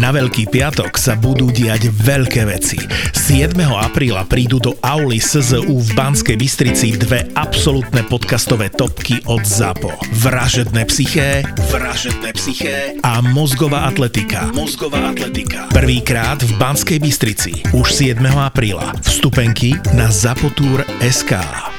Na Veľký piatok sa budú diať veľké veci. 7. apríla prídu do auly SZU v Banskej Bystrici dve absolútne podcastové topky od ZAPO. Vražedné psyché a mozgová atletika. Prvýkrát v Banskej Bystrici. Už 7. apríla. Vstupenky na zapotur.sk.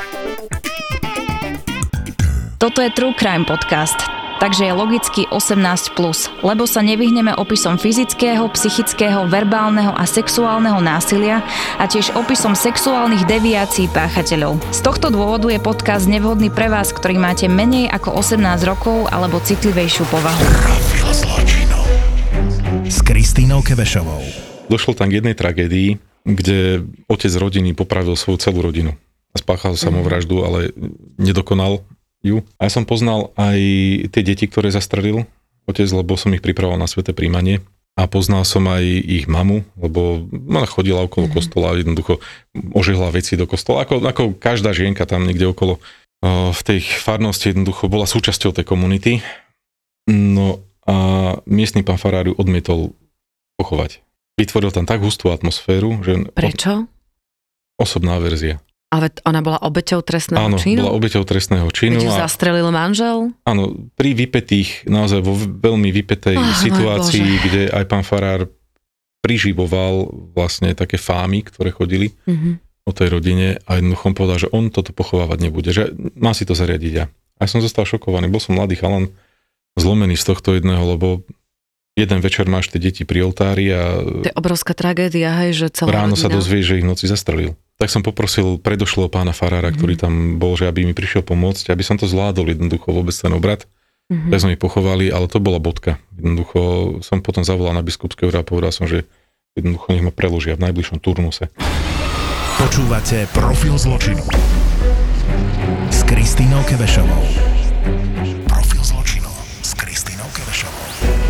Toto je True Crime Podcast, takže je logicky 18+, lebo sa nevyhneme opisom fyzického, psychického, verbálneho a sexuálneho násilia a tiež opisom sexuálnych deviácií páchateľov. Z tohto dôvodu je podcast nevhodný pre vás, ktorý máte menej ako 18 rokov alebo citlivejšiu povahu. Profil zločinov s Kristínou Kevešovou. Došlo tam k jednej tragédii, kde otec rodiny popravil svoju celú rodinu a spáchal samovraždu, ale nedokonal ju. A ja som poznal aj tie deti, ktoré zastrelil otec, lebo som ich pripravoval na sväté príjmanie. A poznal som aj ich mamu, lebo ona chodila okolo kostola a jednoducho ožehla veci do kostola. Ako každá žienka tam niekde okolo v tej farnosti jednoducho bola súčasťou tej komunity. No a miestny pán farár ju odmietol pochovať. Vytvoril tam tak hustú atmosféru, že... Prečo? Osobná verzia. Ale ona bola obeťou trestného činu? Áno, bola obeťou trestného činu. Keď ju zastrelil manžel? Áno, pri vypetých, naozaj vo veľmi vypetej situácii, kde aj pán farár priživoval vlastne také fámy, ktoré chodili o tej rodine a jednoducho povedal, že on toto pochovávať nebude, že má si to zariadiť ja. A ja som zostal šokovaný, bol som mladý chalan, zlomený z tohto jedného, lebo jeden večer máš tie deti pri oltári a... To je obrovská tragédia, hej, že celá ráno rodina. sa dozvie, že ich v noci zastrelil. Tak som poprosil predošlého pána farára, ktorý tam bol, že aby mi prišiel pomôcť, aby som to zvládol jednoducho vôbec ten obrad. Tak sme ich pochovali, ale to bola bodka. Jednoducho som potom zavolal na biskupského úrad a povedal som, že jednoducho nech ma preložia v najbližšom turnuse. Počúvate Profil zločinu s Kristínou Kevešovou. Profil zločinu s Kristínou Kevešovou.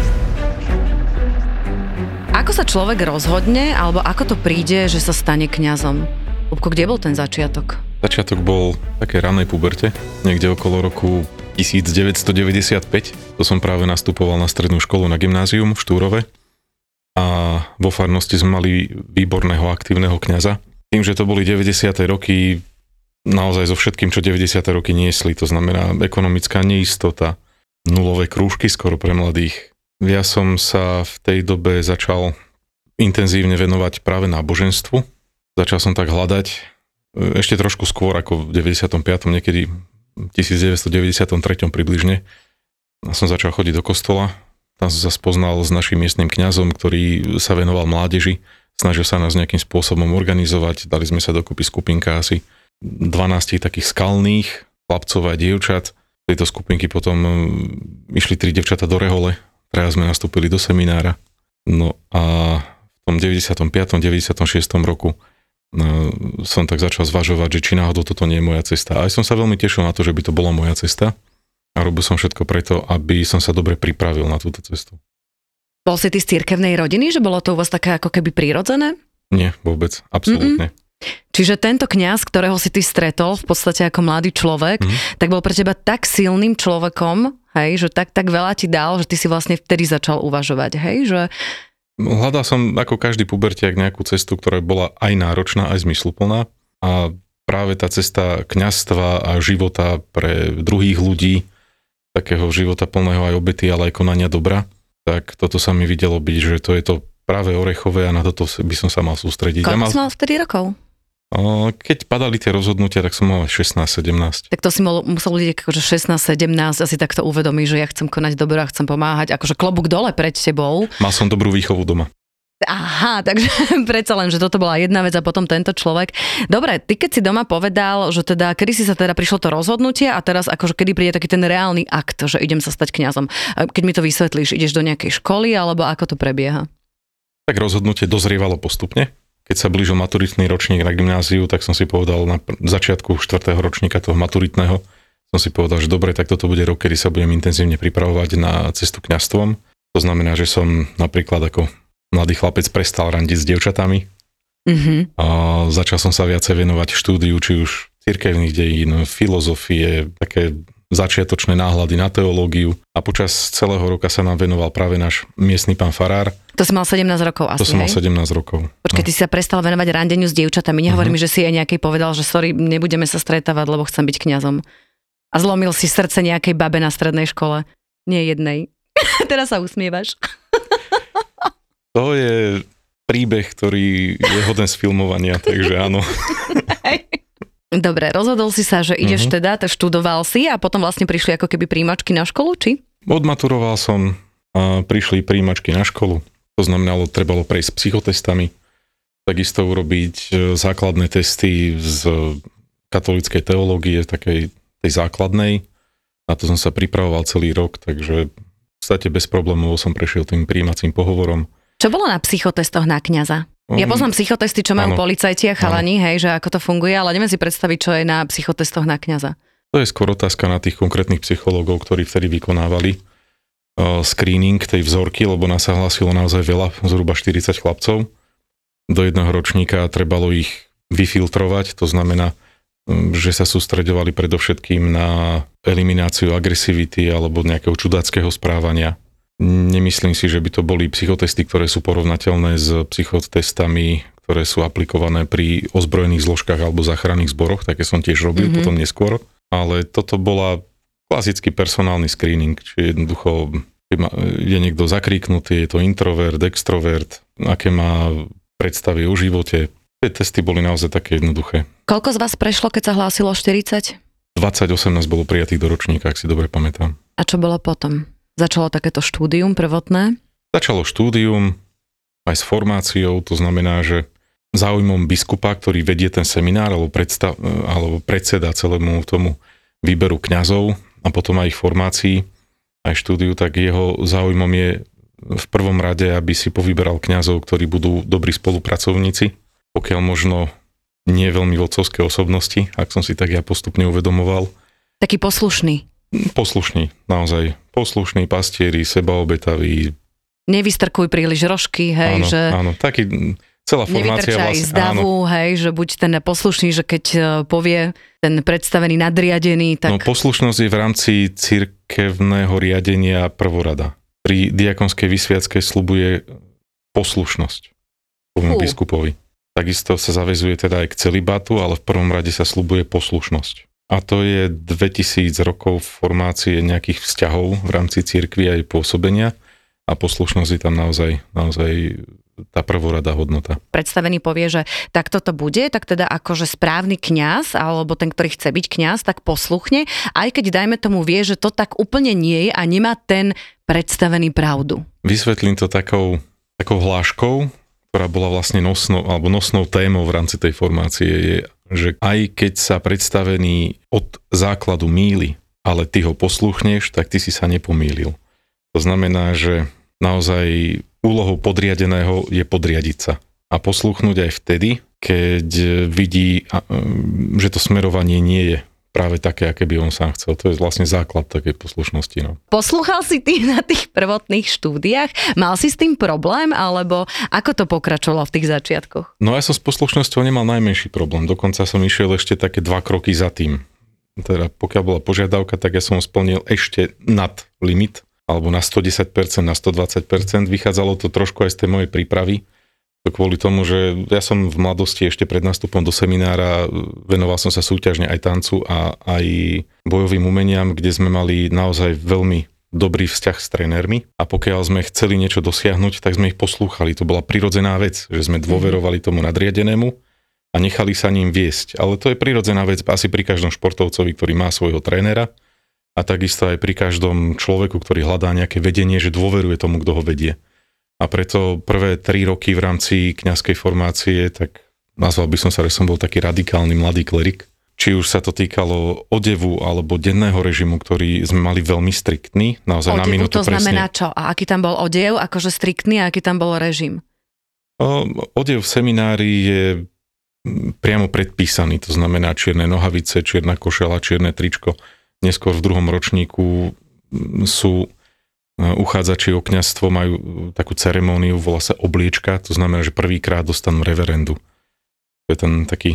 Ako sa človek rozhodne, alebo ako to príde, že sa stane kňazom? Lubko, kde bol ten začiatok? Začiatok bol v takej ranej puberte, niekde okolo roku 1995. To som práve nastupoval na strednú školu na gymnázium v Štúrove a vo farnosti sme mali výborného aktívneho kňaza. Tým, že to boli 90. roky, naozaj so všetkým, čo 90. roky niesli, to znamená ekonomická neistota, nulové krúžky skoro pre mladých. Ja som sa v tej dobe začal intenzívne venovať práve náboženstvu. Začal som tak hľadať, ešte trošku skôr ako v 95. niekedy 1993. približne. A som začal chodiť do kostola. Tam som sa spoznal s našim miestnym kňazom, ktorý sa venoval mládeži. Snažil sa nás nejakým spôsobom organizovať. Dali sme sa dokopy skupinka asi 12 takých skalných chlapcov a dievčat. Z tejto skupinky potom išli 3 dievčatá do rehole. Teraz sme nastúpili do seminára. No a v tom 95. 96. roku som tak začal zvažovať, že či náhodou toto nie je moja cesta. A aj som sa veľmi tešil na to, že by to bola moja cesta. A robil som všetko preto, aby som sa dobre pripravil na túto cestu. Bol si ty z cirkevnej rodiny, že bolo to u vás také ako keby prirodzené? Nie, vôbec, absolútne. Čiže tento kňaz, ktorého si ty stretol v podstate ako mladý človek, tak bol pre teba tak silným človekom, hej, že tak veľa ti dal, že ty si vlastne vtedy začal uvažovať, hej, že... Hľadal som ako každý pubertiak nejakú cestu, ktorá bola aj náročná, aj zmysluplná a práve tá cesta kňazstva a života pre druhých ľudí, takého života plného aj obety, ale aj konania dobra, tak toto sa mi videlo byť, že to je to práve orechové a na toto by som sa mal sústrediť. Koľko si mal vtedy rokov? Keď padali tie rozhodnutia, tak som mal 16-17. Tak to si musel ľudia akože 16-17 asi takto uvedomí, že ja chcem konať dobro a chcem pomáhať, akože klobúk dole pred tebou. Mal som dobrú výchovu doma. Aha, takže predsa len, že toto bola jedna vec a potom tento človek. Dobre, ty keď si doma povedal, že teda, kedy si sa teda prišlo to rozhodnutie a teraz akože kedy príde taký ten reálny akt, že idem sa stať kňazom. Keď mi to vysvetlíš, ideš do nejakej školy alebo ako to prebieha? Tak rozhodnutie dozrievalo postupne. Keď sa blížil maturitný ročník na gymnáziu, tak som si povedal na začiatku 4. ročníka toho maturitného, som si povedal, že dobre, tak toto bude rok, kedy sa budem intenzívne pripravovať na cestu kňazstvom. To znamená, že som napríklad ako mladý chlapec prestal randiť s dievčatami a začal som sa viacej venovať štúdiu, či už cirkevných dejín, filozofie, také začiatočné náhľady na teológiu a počas celého roka sa nám venoval práve náš miestny pán farár To si mal 17 rokov asi, To som mal hej? 17 rokov. Počkaj, ty si sa prestal venovať randeniu s dievčatami. Nehovor mi, že si aj nejakej povedal, že sorry, nebudeme sa stretávať, lebo chcem byť kňazom. A zlomil si srdce nejakej babe na strednej škole. Nie jednej. Teraz sa usmievaš. To je príbeh, ktorý je hoden z filmovania, takže áno. Dobre, rozhodol si sa, že ideš teda, študoval si a potom vlastne prišli ako keby príjmačky na školu, či? Odmaturoval som a prišli príjmačky na školu. To znamenalo, trebalo prejsť psychotestami, takisto urobiť základné testy z katolíckej teológie, takej tej základnej. Na to som sa pripravoval celý rok, takže v podstate bez problémov som prešiel tým príjmacím pohovorom. Čo bolo na psychotestoch na kňaza? Ja poznám psychotesty, čo majú policajti a chalani, hej, že ako to funguje, ale neviem si predstaviť, čo je na psychotestoch na kňaza. To je skôr otázka na tých konkrétnych psychológov, ktorí vtedy vykonávali screening tej vzorky, lebo nás sa hlásilo naozaj veľa, zhruba 40 chlapcov. Do jedného ročníka trebalo ich vyfiltrovať, to znamená, že sa sústreďovali predovšetkým na elimináciu agresivity alebo nejakého čudáckého správania. Nemyslím si, že by to boli psychotesty, ktoré sú porovnateľné s psychotestami, ktoré sú aplikované pri ozbrojených zložkách alebo záchranných zboroch, také som tiež robil potom neskôr. Ale toto bola klasický personálny screening, či jednoducho je niekto zakríknutý, je to introvert, extrovert, aké má predstavy o živote. Tie testy boli naozaj také jednoduché. Koľko z vás prešlo, keď sa hlásilo 40? 28 nás bolo prijatých do ročníka, ak si dobre pamätám. A čo bolo potom? Začalo takéto štúdium prvotné? Začalo štúdium aj s formáciou, to znamená, že záujmom biskupa, ktorý vedie ten seminár alebo predseda celému tomu výberu kňazov a potom aj ich formácií, aj štúdiu, tak jeho záujmom je v prvom rade, aby si povyberal kňazov, ktorí budú dobrí spolupracovníci, pokiaľ možno nie veľmi vodcovské osobnosti, ak som si tak ja postupne uvedomoval. Taký poslušný. Poslušný, naozaj. Poslušný, pastieri, sebaobetaví. Nevystrkuj príliš rožky, hej, áno, že... Áno, taký... Celá formácia nevytrčaj z davu, hej, že buď ten poslušný, že keď povie ten predstavený nadriadený, tak... No poslušnosť je v rámci cirkevného riadenia prvorada. Pri diakonskej vysviacke sľubuje poslušnosť biskupovi. Takisto sa zaväzuje teda aj k celibátu, ale v prvom rade sa sľubuje poslušnosť. A to je 2000 rokov formácie nejakých vzťahov v rámci cirkvi aj pôsobenia a poslušnosť je tam naozaj tá prvoradá hodnota. Predstavený povie, že tak toto bude, tak teda akože správny kňaz, alebo ten, ktorý chce byť kňaz, tak posluchne, aj keď dajme tomu vie, že to tak úplne nie je a nemá ten predstavený pravdu. Vysvetlím to takou hláškou, ktorá bola vlastne nosnou témou v rámci tej formácie, je, že aj keď sa predstavený od základu mýli, ale ty ho posluchneš, tak ty si sa nepomýlil. To znamená, že naozaj úlohou podriadeného je podriadiť sa a poslúchnuť aj vtedy, keď vidí, že to smerovanie nie je práve také, aké by on sám chcel. To je vlastne základ takej poslušnosti. No. Poslúchal si ty na tých prvotných štúdiách? Mal si s tým problém, alebo ako to pokračovalo v tých začiatkoch? No ja som s poslušnosťou nemal najmenší problém. Dokonca som išiel ešte také 2 kroky za tým. Teda pokiaľ bola požiadavka, tak ja som splnil ešte nad limit, alebo na 110%, na 120%. Vychádzalo to trošku aj z tej mojej prípravy. To kvôli tomu, že ja som v mladosti ešte pred nástupom do seminára venoval som sa súťažne aj tancu a aj bojovým umeniam, kde sme mali naozaj veľmi dobrý vzťah s trénermi a pokiaľ sme chceli niečo dosiahnuť, tak sme ich poslúchali. To bola prirodzená vec, že sme dôverovali tomu nadriadenému a nechali sa ním viesť. Ale to je prirodzená vec asi pri každom športovcovi, ktorý má svojho trénera a takisto aj pri každom človeku, ktorý hľadá nejaké vedenie, že dôveruje tomu, kto ho vedie. A preto prvé 3 roky v rámci kňazskej formácie, tak nazval by som sa, že som bol taký radikálny mladý klerik. Či už sa to týkalo odevu alebo denného režimu, ktorý sme mali veľmi striktný, naozaj odevu, na minútu to znamená presne. čo? A aký tam bol odev, akože striktný, a aký tam bol režim? Odev v seminári je priamo predpísaný, to znamená čierne nohavice, čierna košela, čierne tričko. Neskôr v 2. ročníku sú uchádzači o kňazstvo, majú takú ceremóniu, volá sa obliečka, to znamená, že prvýkrát dostanú reverendu. To je ten taký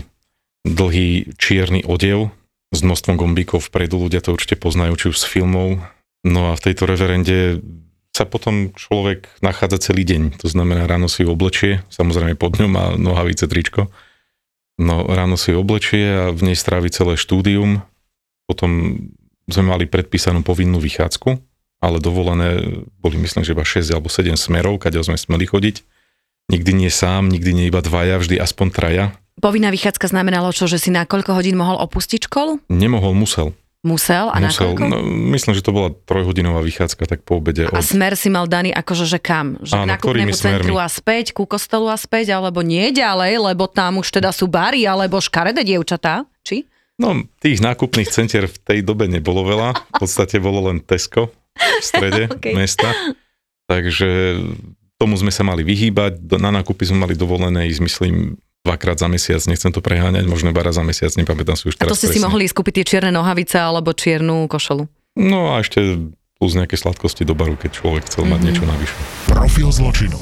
dlhý čierny odev s množstvom gombíkov vpredu, ľudia to určite poznajú, či už z filmov. No a v tejto reverende sa potom človek nachádza celý deň. To znamená, ráno si oblečie, samozrejme pod ňom má nohavice, tričko. No ráno si oblečie a v nej strávi celé štúdium. Potom sme mali predpísanú povinnú vychádzku, ale dovolené boli, myslím, že iba 6 alebo 7 smerov, kade sme smeli chodiť. Nikdy nie sám, nikdy nie iba dvaja, vždy aspoň traja. Povinná vychádzka znamenalo čo, že si na koľko hodín mohol opustiť školu? Nemohol, musel. Musel? A na koľko? No, myslím, že to bola 3-hodinová vychádzka, tak po obede. A smer si mal daný akože, že kam? Že k nákupnému centru a späť, ku kostelu a späť, alebo nie ďalej, lebo tam už teda sú bary, alebo škaredé dievčatá? Či? No, tých nákupných centier v tej dobe nebolo veľa. V podstate bolo len Tesco v strede mesta. Takže tomu sme sa mali vyhýbať. Na nákupy sme mali dovolené ísť, myslím, 2-krát za mesiac, nechcem to preháňať, možno iba raz za mesiac, nepamätám si už teraz. A to ste si mohli skúpiť tie čierne nohavice alebo čiernu košelu? No a ešte plus nejaké sladkosti do baru, keď človek chcel mať niečo navyše. Profil zločinu.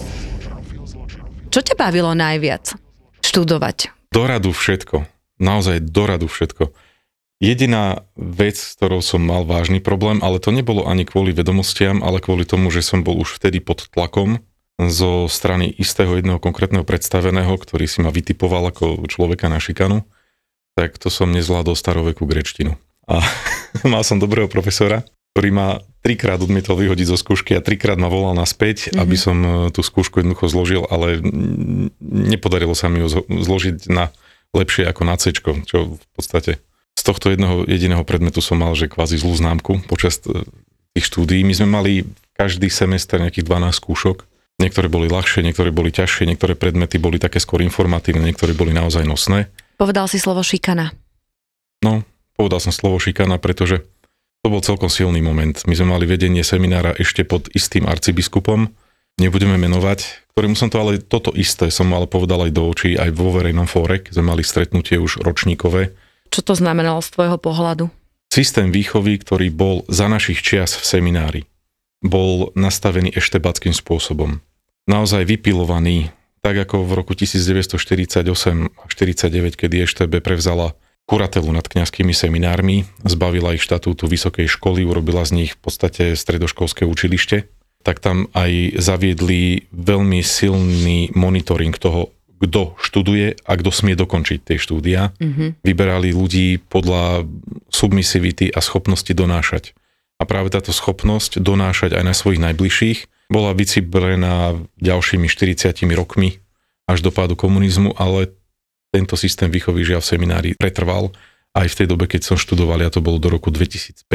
Čo ťa bavilo najviac študovať? Doradu všetko. Naozaj doradu všetko. Jediná vec, s ktorou som mal vážny problém, ale to nebolo ani kvôli vedomostiam, ale kvôli tomu, že som bol už vtedy pod tlakom zo strany istého jedného konkrétneho predstaveného, ktorý si ma vytipoval ako človeka na šikanu, tak to som nezvládol starovekú gréčtinu. A mal som dobrého profesora, ktorý ma 3-krát odmietol vyhodiť zo skúšky a 3-krát ma volal naspäť, aby som tú skúšku jednoducho zložil, ale nepodarilo sa mi ju zložiť na lepšie ako na C-čko, čo v podstate z tohto jediného predmetu som mal, že kvázi zlú známku počas tých štúdií. My sme mali každý semester nejakých 12 skúšok. Niektoré boli ľahšie, niektoré boli ťažšie, niektoré predmety boli také skôr informatívne, niektoré boli naozaj nosné. Povedal si slovo šikana. No, povedal som slovo šikana, pretože to bol celkom silný moment. My sme mali vedenie seminára ešte pod istým arcibiskupom, nebudeme menovať, ktorému som to ale toto isté som ale povedal aj do očí, aj vo verejnom fóre, sme mali stretnutie už ročníkové. Čo to znamenalo z tvojho pohľadu? Systém výchovy, ktorý bol za našich čias v seminári, bol nastavený eštebáckým spôsobom. Naozaj vypilovaný, tak ako v roku 1948 a 49, kedy EŠTB prevzala kuratelu nad kňazskými seminármi, zbavila ich štatútu vysokej školy, urobila z nich v podstate stredoškolské učilište, tak tam aj zaviedli veľmi silný monitoring toho, kto študuje a kto smie dokončiť tie štúdia. Vyberali ľudí podľa submisivity a schopnosti donášať. A práve táto schopnosť donášať aj na svojich najbližších bola vycibrená ďalšími 40 rokmi až do pádu komunizmu, ale tento systém výchovy žiaľ v seminári pretrval aj v tej dobe, keď som študoval, a to bolo do roku 2005.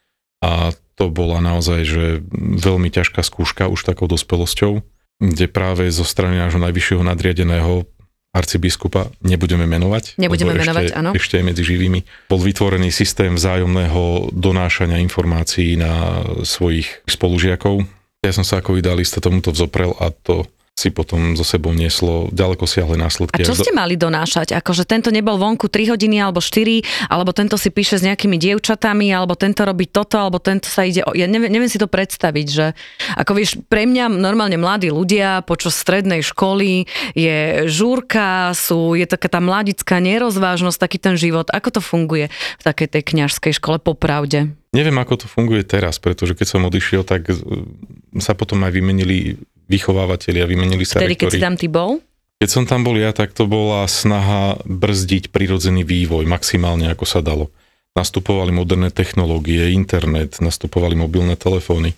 A to bola naozaj že veľmi ťažká skúška už takou dospelosťou, kde práve zo strany nášho najvyššieho nadriadeného arcibiskupa, nebudeme menovať, áno. Ešte aj medzi živými, bol vytvorený systém vzájomného donášania informácií na svojich spolužiakov. Ja som sa ako idealista tomuto vzoprel a to si potom zo sebou nieslo ďaleko siahle následky. A čo ste mali donášať? Akože tento nebol vonku 3 hodiny alebo 4, alebo tento si píše s nejakými dievčatami, alebo tento robí toto, alebo tento sa ide... Ja neviem si to predstaviť, že ako vieš, pre mňa normálne mladí ľudia počas strednej školy je žúrka, je taká tá mladická nerozvážnosť, taký ten život. Ako to funguje v takej tej kňažskej škole popravde? Neviem, ako to funguje teraz, pretože keď som odišiel, tak sa potom aj vymenili vychovávateľia, vymenili sa rektori. Vtedy, keď si tam ty bol? Keď som tam bol ja, tak to bola snaha brzdiť prirodzený vývoj maximálne, ako sa dalo. Nastupovali moderné technológie, internet, nastupovali mobilné telefóny.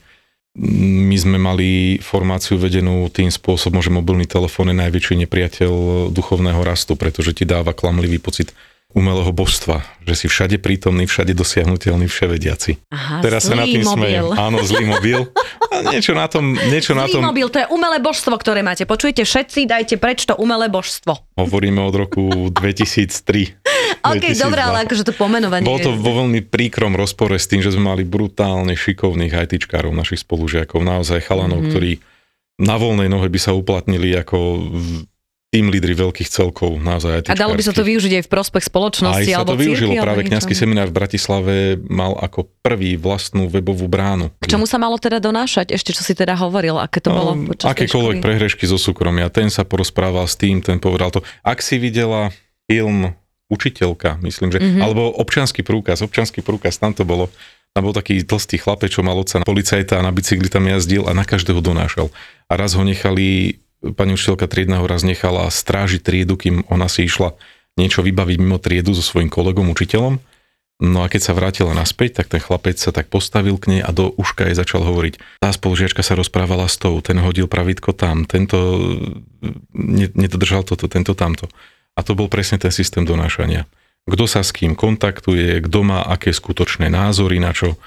My sme mali formáciu vedenú tým spôsobom, že mobilný telefón je najväčší nepriateľ duchovného rastu, pretože ti dáva klamlivý pocit umelého božstva, že si všade prítomný, všade dosiahnuteľný, vševediaci. Aha, teraz sa nad tým smejem. Áno, zlý mobil. A niečo na tom... Zlý mobil, to je umelé božstvo, ktoré máte. Počujete všetci, dajte preč to umelé božstvo. Hovoríme od roku 2003. OK, dobré, ale akože to pomenovanie... Bolo to vo veľmi príkrom rozpore s tým, že sme mali brutálne šikovných ITčkárov, našich spolužiakov, naozaj chalanov, ktorí na voľnej nohe by sa uplatnili ako tým lídri veľkých celkov, naozaj ITčkárskych. A dalo by sa to využiť aj v prospech spoločnosti alebo cirkvi? Aj sa to využilo, práve kňazský seminár v Bratislave mal ako prvý vlastnú webovú bránu. K čomu sa malo teda donášať? Ešte čo si teda hovoril, aké to bolo počas tej akékoľvek prehrešky zo súkromia. Ten sa porozprával s tým, ten povedal to. Ak si videla film Učiteľka, myslím, že, alebo občiansky prúkaz, tam to bolo. A bol taký tlstý chlapec, čo mal otca policajta a na bicykli tam jazdil a na každého donášal. A raz ho nechali, pani učiteľka triedna ho raz nechala strážiť triedu, kým ona si išla niečo vybaviť mimo triedu so svojím kolegom, učiteľom. No a keď sa vrátila naspäť, tak ten chlapec sa tak postavil k nej a do uška jej začal hovoriť. Tá spolužiačka sa rozprávala s tou, ten hodil pravítko tam, tento nedodržal toto, tento tamto. A to bol presne ten systém donášania. Kto sa s kým kontaktuje, kto má aké skutočné názory na čo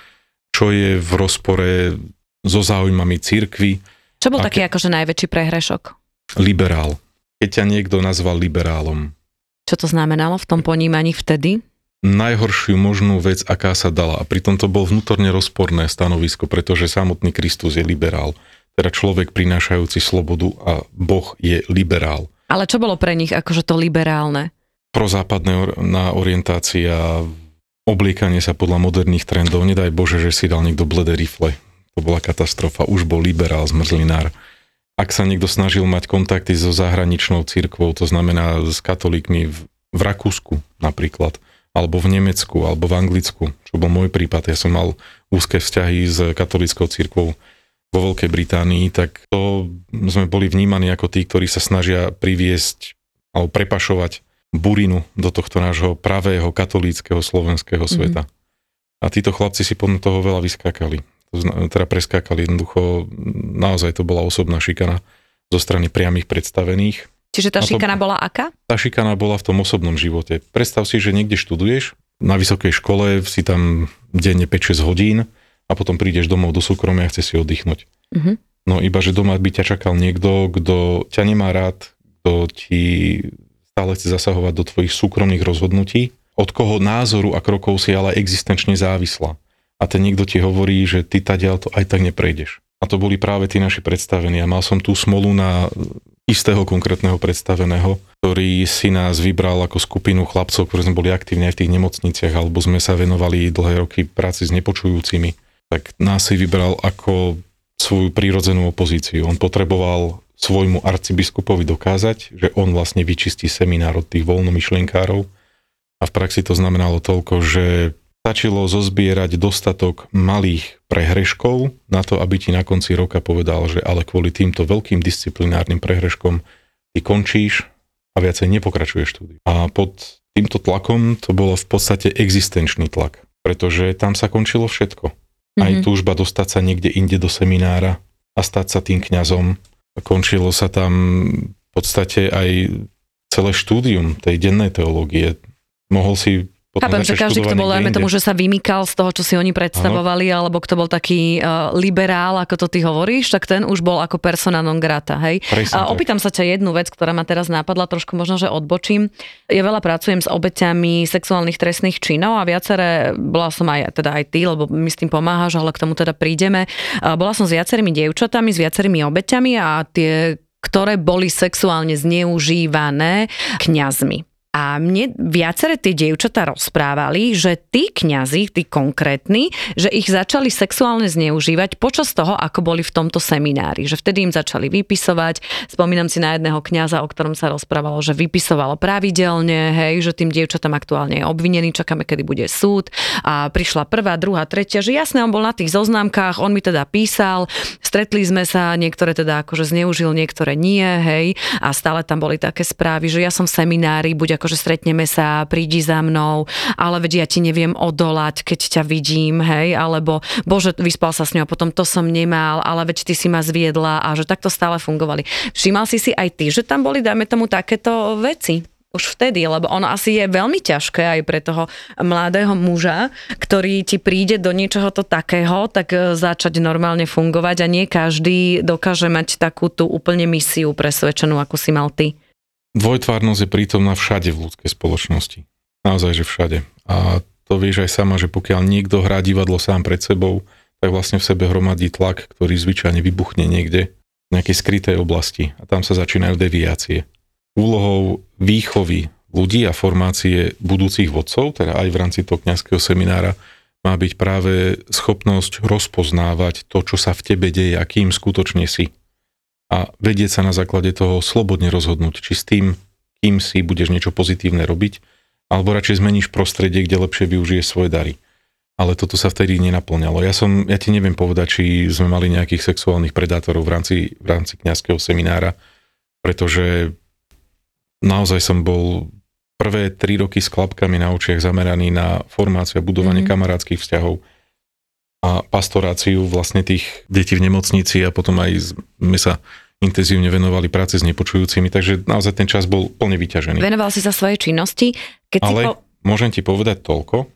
je v rozpore so záujmami cirkvi. Čo bol taký akože najväčší prehrešok? Liberál. Keď ťa niekto nazval liberálom. Čo to znamenalo v tom ponímaní vtedy? Najhoršiu možnú vec, aká sa dala. A pritom to bol vnútorne rozporné stanovisko, pretože samotný Kristus je liberál. Teda človek prinášajúci slobodu a Boh je liberál. Ale čo bolo pre nich akože to liberálne? Prozápadná orientácia, obliekanie sa podľa moderných trendov. Nedaj Bože, že si dal niekto bledé rifle. To bola katastrofa. Už bol liberál, zmrzlinár. Ak sa niekto snažil mať kontakty so zahraničnou cirkvou, to znamená s katolíkmi v Rakúsku napríklad, alebo v Nemecku, alebo v Anglicku, čo bol môj prípad. Ja som mal úzke vzťahy s katolíckou cirkvou vo Veľkej Británii, tak to sme boli vnímaní ako tí, ktorí sa snažia priviesť alebo prepašovať burinu do tohto nášho pravého katolíckeho slovenského sveta. A títo chlapci si podľa toho veľa vyskákali. Teda preskákali jednoducho, naozaj to bola osobná šikana zo strany priamých predstavených. Čiže tá šikana bola aká? Tá šikana bola v tom osobnom živote. Predstav si, že niekde študuješ, na vysokej škole si tam denne 5-6 hodín a potom prídeš domov do súkromia a chce si oddychnúť. No iba, že doma by ťa čakal niekto, kto ťa nemá rád, kto ti stále chce zasahovať do tvojich súkromných rozhodnutí, od koho názoru a krokov si ale existenčne závislá. A ten niekto ti hovorí, že ty tadiaľ to aj tak neprejdeš. A to boli práve tí naši predstavení. A mal som tú smolu na istého konkrétneho predstaveného, ktorý si nás vybral ako skupinu chlapcov, ktorí sme boli aktívni aj v tých nemocniciach, alebo sme sa venovali dlhé roky práci s nepočujúcimi. Tak nás si vybral ako svoju prírodzenú opozíciu. On potreboval svojmu arcibiskupovi dokázať, že on vlastne vyčistí seminár od tých voľnomyšlienkárov. A v praxi to znamenalo toľko, že stačilo zozbierať dostatok malých prehreškov na to, aby ti na konci roka povedal, že ale kvôli týmto veľkým disciplinárnym prehreškom ty končíš a viacej nepokračuješ štúdiu. A pod týmto tlakom to bolo v podstate existenčný tlak, pretože tam sa končilo všetko. Aj túžba dostať sa niekde inde do seminára a stať sa tým kňazom. Končilo sa tam v podstate aj celé štúdium tej dennej teológie. Mohol si chápem, že každý, kto bol, dajme tomu, že sa vymykal z toho, čo si oni predstavovali, alebo kto bol taký liberál, ako to ty hovoríš, tak ten už bol ako persona non grata, hej? Opýtam sa ťa jednu vec, ktorá ma teraz napadla, trošku možno, že odbočím. Ja veľa pracujem s obeťami sexuálnych trestných činov a viaceré, bola som aj ty, lebo mi s tým pomáhaš, ale k tomu teda prídeme. Bola som s viacerými dievčatami, s viacerými obeťami a tie, ktoré boli sexuálne zneužívané kňazmi. A mne viaceré tie dievčatá rozprávali, že tí kňazi, tí konkrétni, že ich začali sexuálne zneužívať počas toho, ako boli v tomto seminári. Že vtedy im začali vypisovať. Spomínam si na jedného kňaza, o ktorom sa rozprávalo, že vypisovalo pravidelne, hej, že tým dievčatám aktuálne je obvinený, čakáme, kedy bude súd. A prišla prvá, druhá, tretia, že jasne, on bol na tých zoznámkach, on mi teda písal, stretli sme sa, niektoré teda akože zneužil, niektoré nie, hej. A stále tam boli také správy, že ja som v seminári, buď akože stretneme sa, prídi za mnou, ale veď ja ti neviem odolať, keď ťa vidím, hej, alebo bože, vyspal sa s ňou, potom to som nemal, ale veď ty si ma zviedla a že takto stále fungovali. Všímal si aj ty, že tam boli, dajme tomu, takéto veci? Už vtedy, lebo ono asi je veľmi ťažké aj pre toho mladého muža, ktorý ti príde do niečoho to takého, tak začať normálne fungovať a nie každý dokáže mať takú tú úplne misiu presvedčenú, ako si mal ty. Dvojtvárnosť je prítomná všade v ľudskej spoločnosti. Naozaj, že všade. A to vieš aj sama, že pokiaľ niekto hrá divadlo sám pred sebou, tak vlastne v sebe hromadí tlak, ktorý zvyčajne vybuchne niekde v nejakej skrytej oblasti. A tam sa začínajú deviácie. Úlohou výchovy ľudí a formácie budúcich vodcov, teda aj v rámci toho kňazského seminára, má byť práve schopnosť rozpoznávať to, čo sa v tebe deje a kým skutočne si. A vedieť sa na základe toho slobodne rozhodnúť, či s tým, kým si budeš niečo pozitívne robiť, alebo radšej zmeníš prostredie, kde lepšie využiješ svoje dary. ale toto sa vtedy nenaplňalo. Ja ti neviem povedať, či sme mali nejakých sexuálnych predátorov v rámci kňazského seminára, pretože naozaj som bol prvé 3 roky s klapkami na očiach zameraný na formáciu a budovanie kamarátskych vzťahov a pastoráciu vlastne tých detí v nemocnici a potom aj sme sa intenzívne venovali práci s nepočujúcimi, takže naozaj ten čas bol plne vyťažený. Venoval si sa svojej činnosti. Ale môžem ti povedať toľko,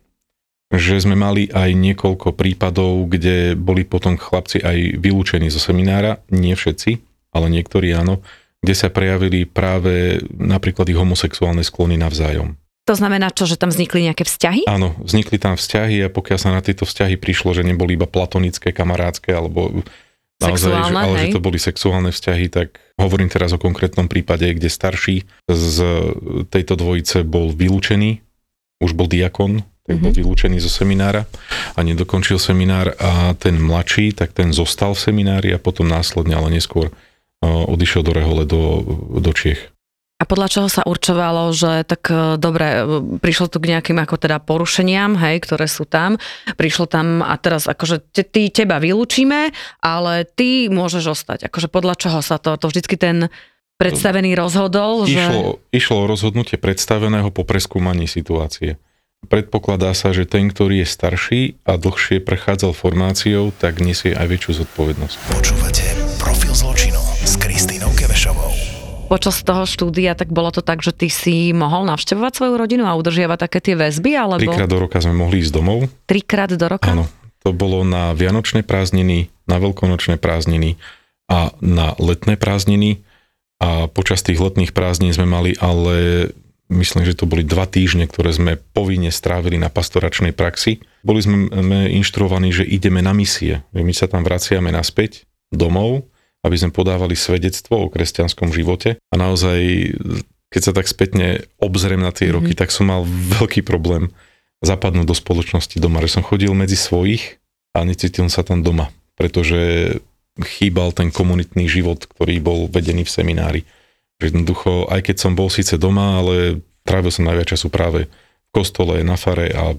že sme mali aj niekoľko prípadov, kde boli potom chlapci aj vylúčení zo seminára, nie všetci, ale niektorí áno, kde sa prejavili práve napríklad ich homosexuálne sklony navzájom. To znamená čo, že tam vznikli nejaké vzťahy? Áno, vznikli tam vzťahy a pokiaľ sa na tieto vzťahy prišlo, že neboli iba platonické, kamarátske alebo naozaj, ale že to boli sexuálne vzťahy, tak hovorím teraz o konkrétnom prípade, kde starší z tejto dvojice bol vylúčený, už bol diakon, tak bol vylúčený zo seminára a nedokončil seminár a ten mladší, tak ten zostal v seminári a potom následne, ale neskôr odišiel do rehole do Čiech. A podľa čoho sa určovalo, že tak dobre, prišlo tu k nejakým ako teda porušeniam, hej, ktoré sú tam, prišlo tam a teraz akože teba vylúčime, ale ty môžeš ostať. Akože podľa čoho sa to vždycky ten predstavený rozhodol? Išlo o rozhodnutie predstaveného po preskúmaní situácie. Predpokladá sa, že ten, ktorý je starší a dlhšie prechádzal formáciou, tak nesie aj väčšiu zodpovednosť. Počúvate Profil zločinu s Kristínou Kevešovou. Počas toho štúdia, tak bolo to tak, že ty si mohol navštevovať svoju rodinu a udržiavať také tie väzby, alebo... 3-krát do roka sme mohli ísť domov. 3-krát do roka? Áno, to bolo na vianočné prázdniny, na veľkonočné prázdniny a na letné prázdniny. A počas tých letných prázdnin sme mali ale, myslím, že to boli 2 týždne, ktoré sme povinne strávili na pastoračnej praxi. Boli sme inštruovaní, že ideme na misie, že my sa tam vraciame naspäť domov, aby sme podávali svedectvo o kresťanskom živote. A naozaj, keď sa tak spätne obzriem na tie roky, tak som mal veľký problém zapadnúť do spoločnosti doma, že som chodil medzi svojich a necítil sa tam doma, pretože chýbal ten komunitný život, ktorý bol vedený v seminári. Že jednoducho, aj keď som bol síce doma, ale trávil som najviac času práve v kostole, na fare a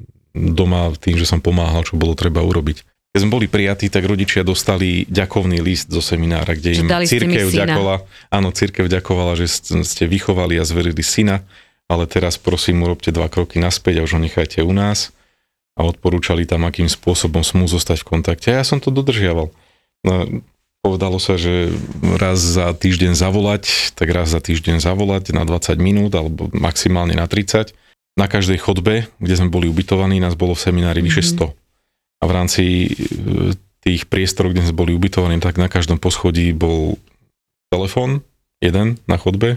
doma tým, že som pomáhal, čo bolo treba urobiť. Keď sme boli prijatí, tak rodičia dostali ďakovný list zo seminára, kde im cirkev ďakovala, že ste vychovali a zverili syna, ale teraz prosím, urobte 2 kroky naspäť a už ho nechajte u nás. A odporúčali tam, akým spôsobom smú zostať v kontakte. A ja som to dodržiaval. No, povedalo sa, že raz za týždeň zavolať, tak raz za týždeň zavolať na 20 minút alebo maximálne na 30. Na každej chodbe, kde sme boli ubytovaní, nás bolo v seminári vyše 100. A v rámci tých priestorov, kde sme boli ubytovaní, tak na každom poschodí bol telefón, jeden na chodbe.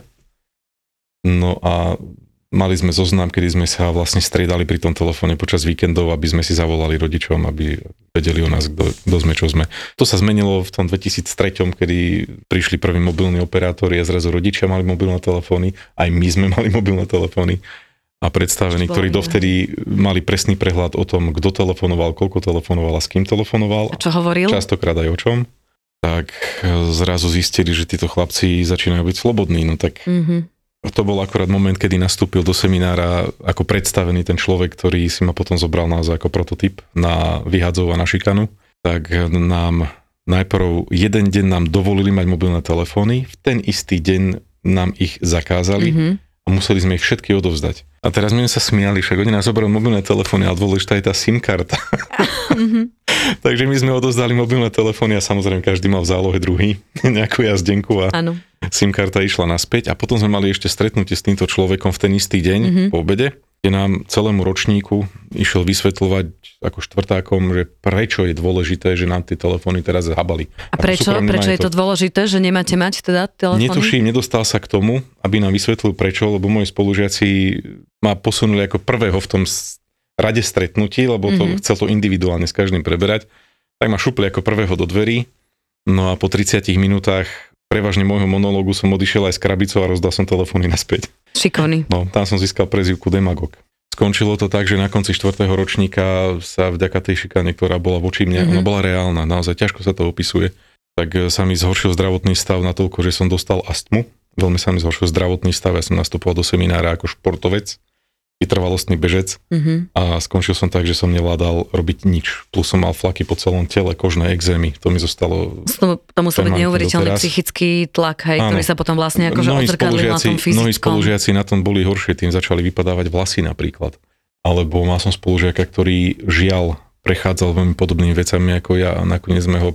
No a mali sme zoznam, kedy sme sa vlastne striedali pri tom telefóne počas víkendov, aby sme si zavolali rodičom, aby vedeli o nás, kto sme, čo sme. To sa zmenilo v tom 2003, kedy prišli prví mobilní operátori a zrazu rodičia mali mobilné telefóny, aj my sme mali mobilné telefóny. A predstavení, ktorí dovtedy mali presný prehľad o tom, kto telefonoval, koľko telefonoval a s kým telefonoval. A čo hovoril? Častokrát aj o čom. Tak zrazu zistili, že títo chlapci začínajú byť slobodní. No tak to bol akorát moment, kedy nastúpil do seminára ako predstavený ten človek, ktorý si ma potom zobral naozaj ako prototyp na vyhadzov a na šikanu. Tak nám najprv jeden deň nám dovolili mať mobilné telefóny, v ten istý deň nám ich zakázali. A museli sme ich všetky odovzdať. A teraz my sa smiali, však oni nás zobrali mobilné telefóny, ale dôležitá je tá SIM karta. Takže my sme odovzdali mobilné telefóny a samozrejme každý mal v zálohe druhý nejakú jazdenku a SIM karta išla naspäť. A potom sme mali ešte stretnutie s týmto človekom v ten istý deň po obede, kde nám celému ročníku išiel vysvetľovať ako štvrtákom, že prečo je dôležité, že nám tie telefóny teraz zahabali. A prečo je to dôležité, že nemáte mať teda telefóny? Netuším, nedostal sa k tomu, aby nám vysvetlil prečo, lebo moji spolužiaci ma posunuli ako prvého v tom rade stretnutí, lebo chcel to individuálne s každým preberať. Tak ma šupli ako prvého do dverí. No a po 30 minútach prevažne môjho monológu som odišiel aj s krabicou a rozdal som telefóny naspäť. Šikovný. No, tam som získal prezývku demagog. Skončilo to tak, že na konci 4. ročníka sa vďaka tej šikane, ktorá bola voči mne, ona bola reálna, naozaj ťažko sa to opisuje, tak sa mi zhoršil zdravotný stav natoľko, že som dostal astmu. Veľmi sa mi zhoršil zdravotný stav, ja som nastupoval do seminára ako športovec vytrvalostný bežec a skončil som tak, že som nevládal robiť nič. Plus som mal flaky po celom tele, kožné exémy, to mi zostalo. To musel byť neuveriteľný psychický tlak, hej, ktorý sa potom vlastne akože odzrkadlil na tom fyzickom. Mnohí spolužiaci na tom boli horšie, tým začali vypadávať vlasy napríklad. Alebo mal som spolužiaka, ktorý žiaľ prechádzal veľmi podobnými vecami ako ja a nakoniec sme ho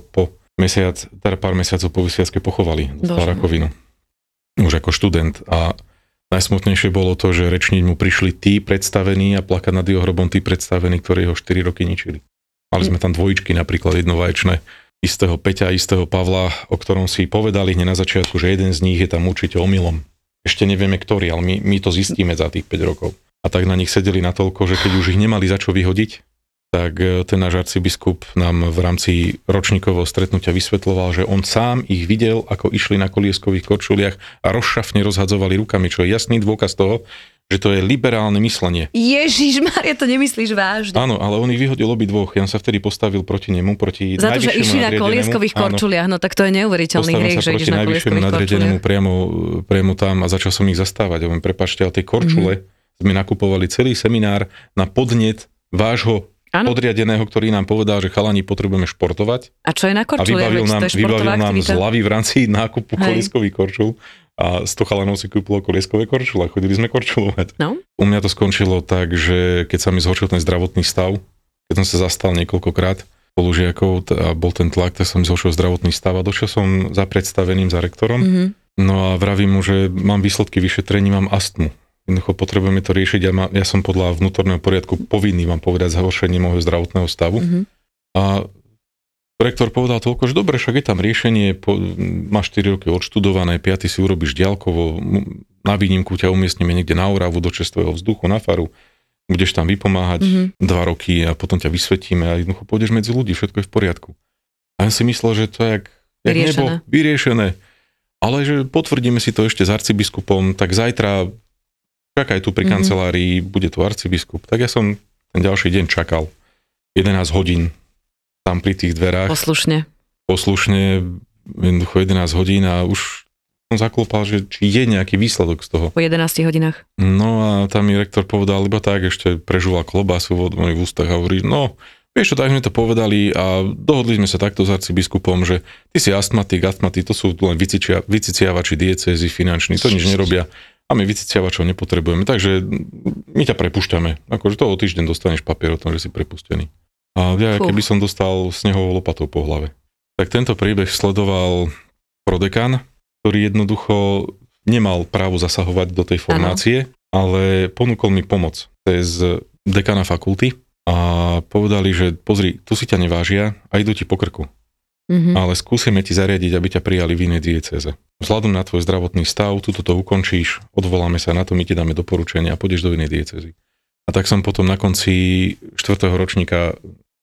pár mesiacov po vysviacke pochovali. Dostal rakovinu. Už ako študent a najsmutnejšie bolo to, že rečniť mu prišli tí predstavení a plakať nad jeho hrobom tí predstavení, ktorí ho 4 roky ničili. Mali sme tam dvojičky, napríklad jednovaječné, istého Peťa, istého Pavla, o ktorom si povedali hneď na začiatku, že jeden z nich je tam určite omylom. Ešte nevieme ktorý, ale my to zistíme za tých 5 rokov. A tak na nich sedeli natoľko, že keď už ich nemali za čo vyhodiť, tak ten náš arcibiskup nám v rámci ročníkového stretnutia vysvetľoval, že on sám ich videl, ako išli na kolieskových korčuliach a rozšafne rozhadzovali rukami, čo je jasný dôkaz toho, že to je liberálne myslenie. Ježišmaria, to nemyslíš vážne. Áno, ale on ich vyhodil obidvoch. Ja som sa vtedy postavil proti nemu, proti za to, že išli na kolieskových korčuliach, no tak to je neuveriteľný hriech, že ideš na kolieskových nadriadenému priamo tam a začal som ich zastávať. Ja prepáčte, ale tej korčule sme nakupovali celý seminár na podnet vášho podriadeného, ktorý nám povedal, že chalani potrebujeme športovať. A čo je na korčule? A vybavil nám zľavy v rámci nákupu kolieskových korčul a 100 chalanov si kúpilo kolieskové korčule a chodili sme korčulovať. No? U mňa to skončilo tak, že keď sa mi zhoršil ten zdravotný stav, keď som sa zastal niekoľkokrát spolužiakov a bol ten tlak, tak som mi zhoršil zdravotný stav a došiel som za predstaveným, za rektorom. No a vravím mu, že mám výsledky vyšetrení, mám astmu. Jednoducho potrebujeme to riešiť a ja som podľa vnútorného poriadku povinný vám povedať zhoršenie môjho zdravotného stavu. A rektor povedal toľko, že dobre, však je tam riešenie, máš 4 roky odštudované, 5 si urobíš diaľkovo, na výnimku ťa umiestnime niekde na Oravu do čerstvého vzduchu, na faru, budeš tam vypomáhať 2 roky a potom ťa vysvetíme a jednoducho pôjdeš medzi ľudí, všetko je v poriadku. A ja si myslel, že to je jak nebo vyriešené. Ale že potvrdíme si to ešte s arcibiskupom, tak zajtra čakaj tu pri kancelárii, bude tu arcibiskup. Tak ja som ten ďalší deň čakal 11 hodín tam pri tých dverách. Poslušne, jednoducho 11 hodín a už som zaklopal, že či je nejaký výsledok z toho. Po 11 hodinách. No a tam mi rektor povedal, iba tak, ešte prežúval klobásu v mojich ústach a hovorí, no, vieš čo, tak sme to povedali a dohodli sme sa takto s arcibiskupom, že ty si astmatik, to sú len vyciciavači diecézy finanční, to nič nerobia. A my vyciciavačov nepotrebujeme, takže my ťa prepúšťame. Akože toho týždeň dostaneš papier o tom, že si prepustený. A ja, keby som dostal snehovou lopatou po hlave. Tak tento príbeh sledoval prodekán, ktorý jednoducho nemal právo zasahovať do tej formácie, ale ponúkol mi pomoc cez dekana fakulty a povedali, že pozri, tu si ťa nevážia a idú ti po krku. Ale skúsime ti zariadiť, aby ťa prijali v inej diecéze. Vzhľadom na tvoj zdravotný stav, tuto to ukončíš, odvoláme sa na to, my ti dáme doporučenia a pôjdeš do inej diecézy. A tak som potom na konci 4. ročníka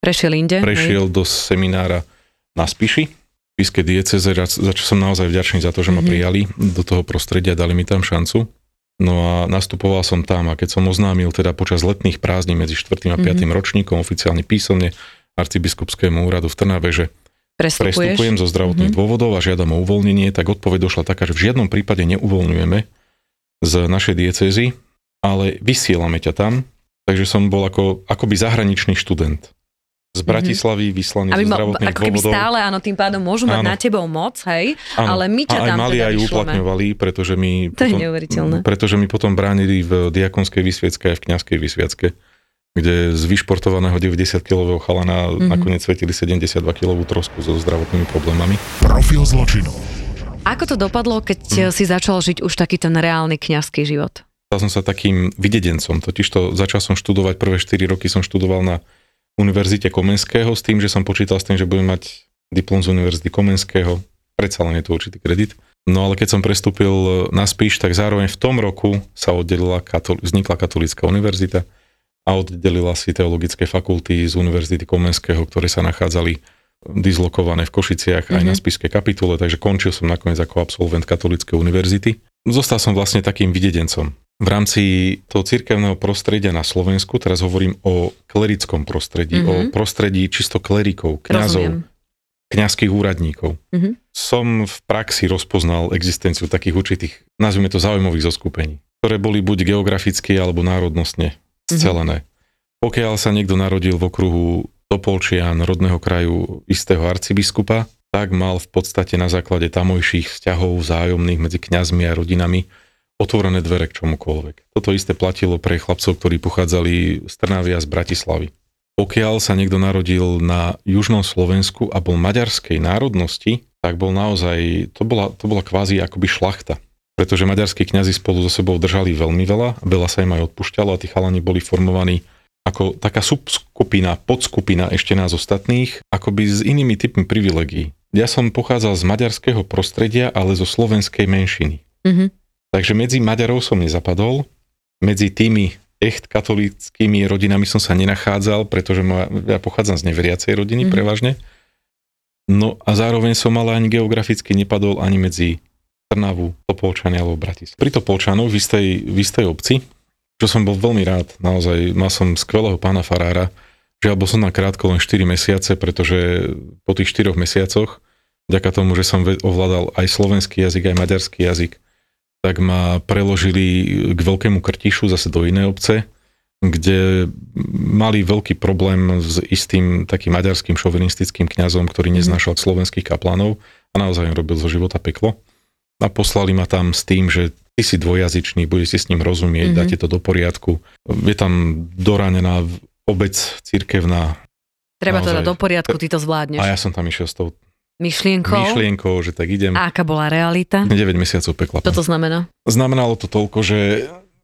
prešiel do seminára na Spiši, v Spišskej diecéze, za čo som naozaj vďačný za to, že ma prijali do toho prostredia, dali mi tam šancu. No a nastupoval som tam a keď som oznámil teda počas letných prázdnin medzi 4. a 5. ročníkom oficiálne písomne arcibiskupskému úradu v Trnave, že prestupujem zo zdravotných dôvodov a žiadam o uvoľnenie, tak odpoveď došla taká, že v žiadnom prípade neuvoľňujeme z našej diecézy, ale vysielame ťa tam, takže som bol akoby zahraničný študent. Z Bratislavy vyslaný zo zdravotných ako keby dôvodov. Stále, áno, tým pádom môžu mať na tebou moc, hej, ale my ťa tam mali teda aj uplatňovali, pretože mi to je neuveriteľné. Pretože mi potom bránili v diakonskej vysviacke aj v kňazskej vysviacke, kde z vyšportovaného 90-kilového chalana nakoniec svetili 72-kilovú trosku so zdravotnými problémami. Profil zločinu. Ako to dopadlo, keď si začal žiť už taký ten reálny kňazský život? Stal som sa takým videdencom, totižto začal som študovať, prvé 4 roky som študoval na Univerzite Komenského s tým, že som počítal s tým, že budem mať diplom z Univerzity Komenského, predsa len je to určitý kredit. No ale keď som prestúpil na Spiš, tak zároveň v tom roku sa vznikla Katolícka univerzita a oddelila si teologické fakulty z Univerzity Komenského, ktoré sa nachádzali dislokované v Košiciach aj na Spišskej kapitule, takže končil som nakoniec ako absolvent Katolíckej univerzity. Zostal som vlastne takým videdencom. V rámci toho cirkevného prostredia na Slovensku, teraz hovorím o klerickom prostredí, o prostredí čisto klerikov, kňazov, kňazských úradníkov. Som v praxi rozpoznal existenciu takých určitých, nazvime to, záujmových zoskupení. ktoré boli buď geograficky alebo národnostne scelené. Pokiaľ sa niekto narodil v okruhu Topolčian, rodného kraju istého arcibiskupa, tak mal v podstate na základe tamojších vzťahov vzájomných medzi kňazmi a rodinami otvorené dvere k čomukoľvek. Toto isté platilo pre chlapcov, ktorí pochádzali z Trnavy a z Bratislavy. Pokiaľ sa niekto narodil na južnom Slovensku a bol maďarskej národnosti, tak bol naozaj, to bola kvázi akoby šlachta. Pretože maďarskí kňazi spolu so sebou držali veľmi veľa, veľa sa im aj odpúšťalo a tí chalani boli formovaní ako taká subskupina, podskupina ešte nás ostatných, akoby s inými typmi privilegií. Ja som pochádzal z maďarského prostredia, ale zo slovenskej menšiny. Takže medzi Maďarov som nezapadol, medzi tými katolíckymi rodinami som sa nenachádzal, pretože ja pochádzam z neveriacej rodiny prevažne. No a zároveň som ale ani geograficky nepadol ani medzi Trnavu, Topolčany alebo Bratislavu. Pri Topolčanoch v istej obci, čo som bol veľmi rád, naozaj mal som skvelého pána farára, žiaľ bol som na krátko len 4 mesiace, pretože po tých 4 mesiacoch, vďaka tomu, že som ovládal aj slovenský jazyk, aj maďarský jazyk, tak ma preložili k Veľkému Krtišu, zase do inej obce, kde mali veľký problém s istým takým maďarským šovinistickým kňazom, ktorý neznášal slovenských kaplanov a naozaj im robil zo života peklo. A poslali ma tam s tým, že ty si dvojazyčný, budeš si s ním rozumieť, dáte to do poriadku. Je tam doranená obec cirkevná. Treba to dať do poriadku, ty to zvládneš. A ja som tam išiel s tou myšlienkou, že tak idem. A aká bola realita? 9 mesiacov pekla. Čo to znamená? Znamenalo to toľko, že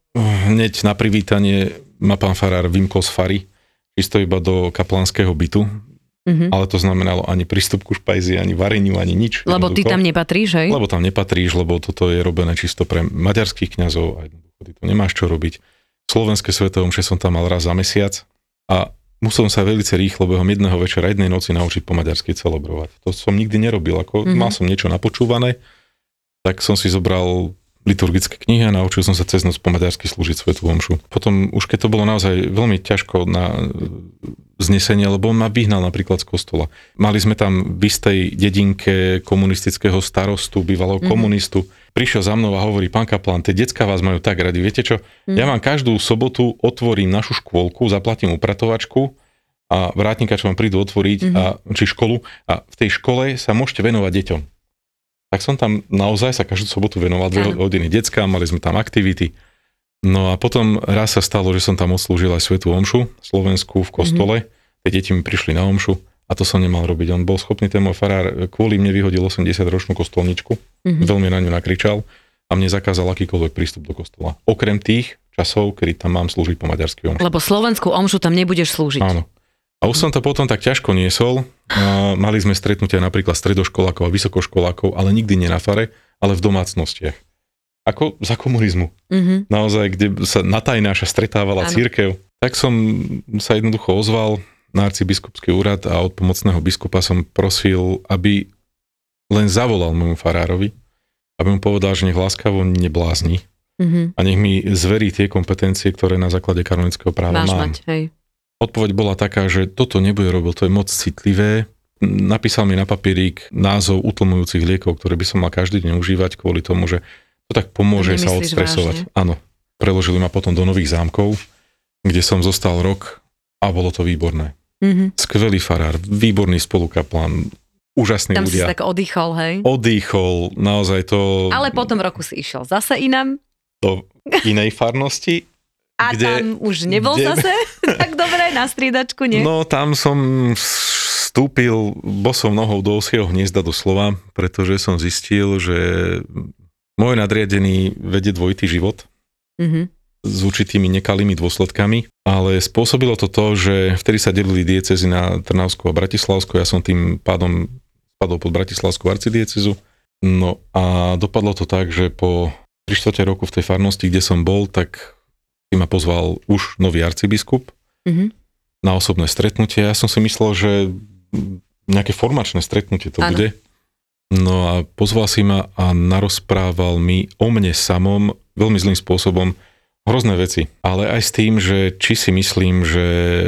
hneď na privítanie ma pán farár vymkol z fary, čisto iba do kaplánskeho bytu. Ale to znamenalo ani prístup ku špajzi, ani vareniu, ani nič. Lebo ty tam nepatríš, hej? Lebo tam nepatríš, lebo toto je robené čisto pre maďarských kňazov a jednoducho ty to nemáš čo robiť. Slovenské sväté omše som tam mal raz za mesiac a musel sa veľmi rýchlo behom jedného večera, jednej noci naučiť po maďarsky celebrovať. To som nikdy nerobil, mal som niečo napočúvané, tak som si zobral liturgické knihy a naučil som sa cez noc po maďarsky slúžiť svätú omšu. Potom už keď to bolo naozaj veľmi ťažko na znesenie, lebo on ma vyhnal napríklad z kostola. Mali sme tam v istej dedinke komunistického starostu, bývalého komunistu. Prišiel za mnou a hovorí, pán kaplán, tie decká vás majú tak radi, viete čo? Ja vám každú sobotu otvorím našu škôlku, zaplatím upratovačku a vrátnika, čo vám prídu otvoriť, či školu, a v tej škole sa môžete venovať deťom. Tak som tam naozaj sa každú sobotu venoval 2 hodiny deckám, mali sme tam aktivity. No a potom raz sa stalo, že som tam odslúžil aj svätú omšu slovenskú v kostole. Tie deti mi prišli na omšu a to som nemal robiť. On bol schopný, ten môj farár, kvôli mne vyhodil 80-ročnú kostolničku, veľmi na ňu nakričal a mne zakázal akýkoľvek prístup do kostola. Okrem tých časov, kedy tam mám slúžiť po maďarsky omšu. Lebo slovenskú omšu tam nebudeš slúžiť. Áno. A už som to potom tak ťažko niesol. Mali sme stretnutia napríklad stredoškolákov a vysokoškolákov, ale nikdy nie na fare, ale v domácnostiach. Ako za komunizmu. Naozaj, kde sa na tajnáša stretávala cirkev. Tak som sa jednoducho ozval na arcibiskupský úrad a od pomocného biskupa som prosil, aby len zavolal môjmu farárovi, aby mu povedal, že nech láskavo neblázni a nech mi zverí tie kompetencie, ktoré na základe kanonického práva mám. Mať, hej. Odpoveď bola taká, že toto nebude robiť, to je moc citlivé. Napísal mi na papierík názov utlmujúcich liekov, ktoré by som mal každý deň užívať kvôli tomu, že to tak pomôže sa odstresovať. Vážne? Áno. Preložili ma potom do Nových Zámkov, kde som zostal rok a bolo to výborné. Skvelý farár, výborný spolukaplán, úžasní tam ľudia. Tam si tak oddychol, hej? Oddychol, naozaj to... Ale potom roku si išiel zase inam. Do inej farnosti. A tam už nebol zase tak dobre na striedačku, nie? No tam som vstúpil bosou nohou do osieho hniezda doslova, pretože som zistil, že môj nadriadený vedie dvojitý život s určitými nekalými dôsledkami, ale spôsobilo to, že vtedy sa delili diecézy na Trnavskú a Bratislavskú, ja som tým pádom spadol pod Bratislavskú arcidiecezu. No a dopadlo to tak, že po 3/4 roku v tej farnosti, kde som bol, tak ma pozval už nový arcibiskup na osobné stretnutie. Ja som si myslel, že nejaké formačné stretnutie to bude. No a pozval si ma a narozprával mi o mne samom veľmi zlým spôsobom hrozné veci. Ale aj s tým, že či si myslím, že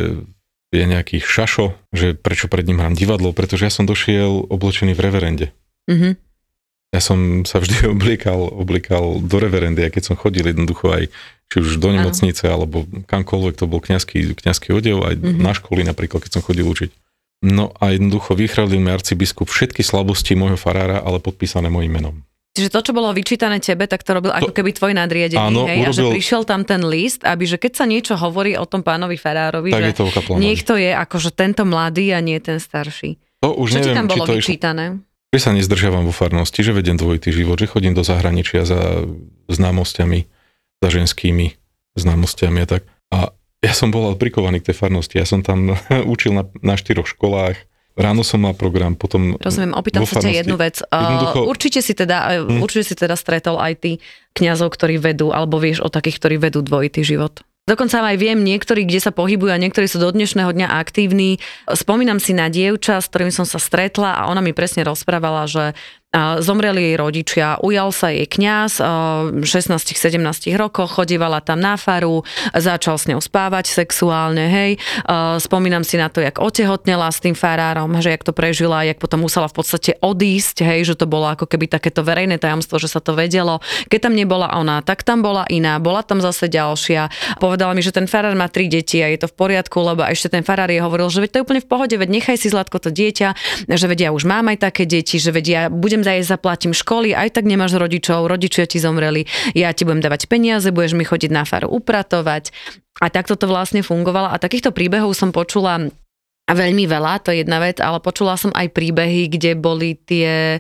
je nejaký šašo, že prečo pred ním hrám divadlo, pretože ja som došiel oblečený v reverende. Ja som sa vždy obliekal do reverendy, a keď som chodil jednoducho aj či už do nemocnice, alebo kamkoľvek, to bol kňazský odev, aj na školy napríklad, keď som chodil učiť. No a jednoducho vychrlil mi arcibiskup všetky slabosti môjho farára, ale podpísané mojím menom. Čiže to, čo bolo vyčítané tebe, tak to robil ako keby tvoj nadriadený, áno, hej? A že prišiel tam ten list, aby že keď sa niečo hovorí o tom pánovi farárovi, tak že niekto je akože tento mladý a nie ten starší. To už čo neviem, ti tam bolo či to vyčítané? Že sa nezdržiavam vo farnosti, že vediem dvojitý život, že chodím do zahraničia za známosťami, za ženskými známosťami a tak. A ja som bol aprikovaný k tej farnosti. Ja som tam učil na 4 školách. Ráno som mal program, potom rozumiem, opýtam sa ťa jednu vec. Určite si teda stretol aj ty kňazov, ktorí vedú, alebo vieš o takých, ktorí vedú dvojitý život. Dokonca aj viem niektorí, kde sa pohybujú a niektorí sú do dnešného dňa aktívni. Spomínam si na dievča, s ktorým som sa stretla a ona mi presne rozprávala, že zomreli jej rodičia, ujal sa jej kňaz, v 16-17 rokoch, chodívala tam na faru, začal s ňou spávať sexuálne, hej. Spomínam si na to, jak otehotnela s tým farárom, že jak to prežila, jak potom musela v podstate odísť, hej, že to bolo ako keby takéto verejné tajomstvo, že sa to vedelo. Keď tam nebola ona, tak tam bola iná, bola tam zase ďalšia. Povedala mi, že ten farár má 3 deti a je to v poriadku, lebo ešte ten farár jej hovoril, že veď to je úplne v pohode, veď nechaj si Zlatko to dieťa, že veď ja už mám aj také deti, že veď ja budem zaplatím školy, aj tak nemáš rodičov, rodičia ti zomreli, ja ti budem dávať peniaze, budeš mi chodiť na faru upratovať. A takto to vlastne fungovalo a takýchto príbehov som počula veľmi veľa, to je jedna vec, ale počula som aj príbehy, kde boli tie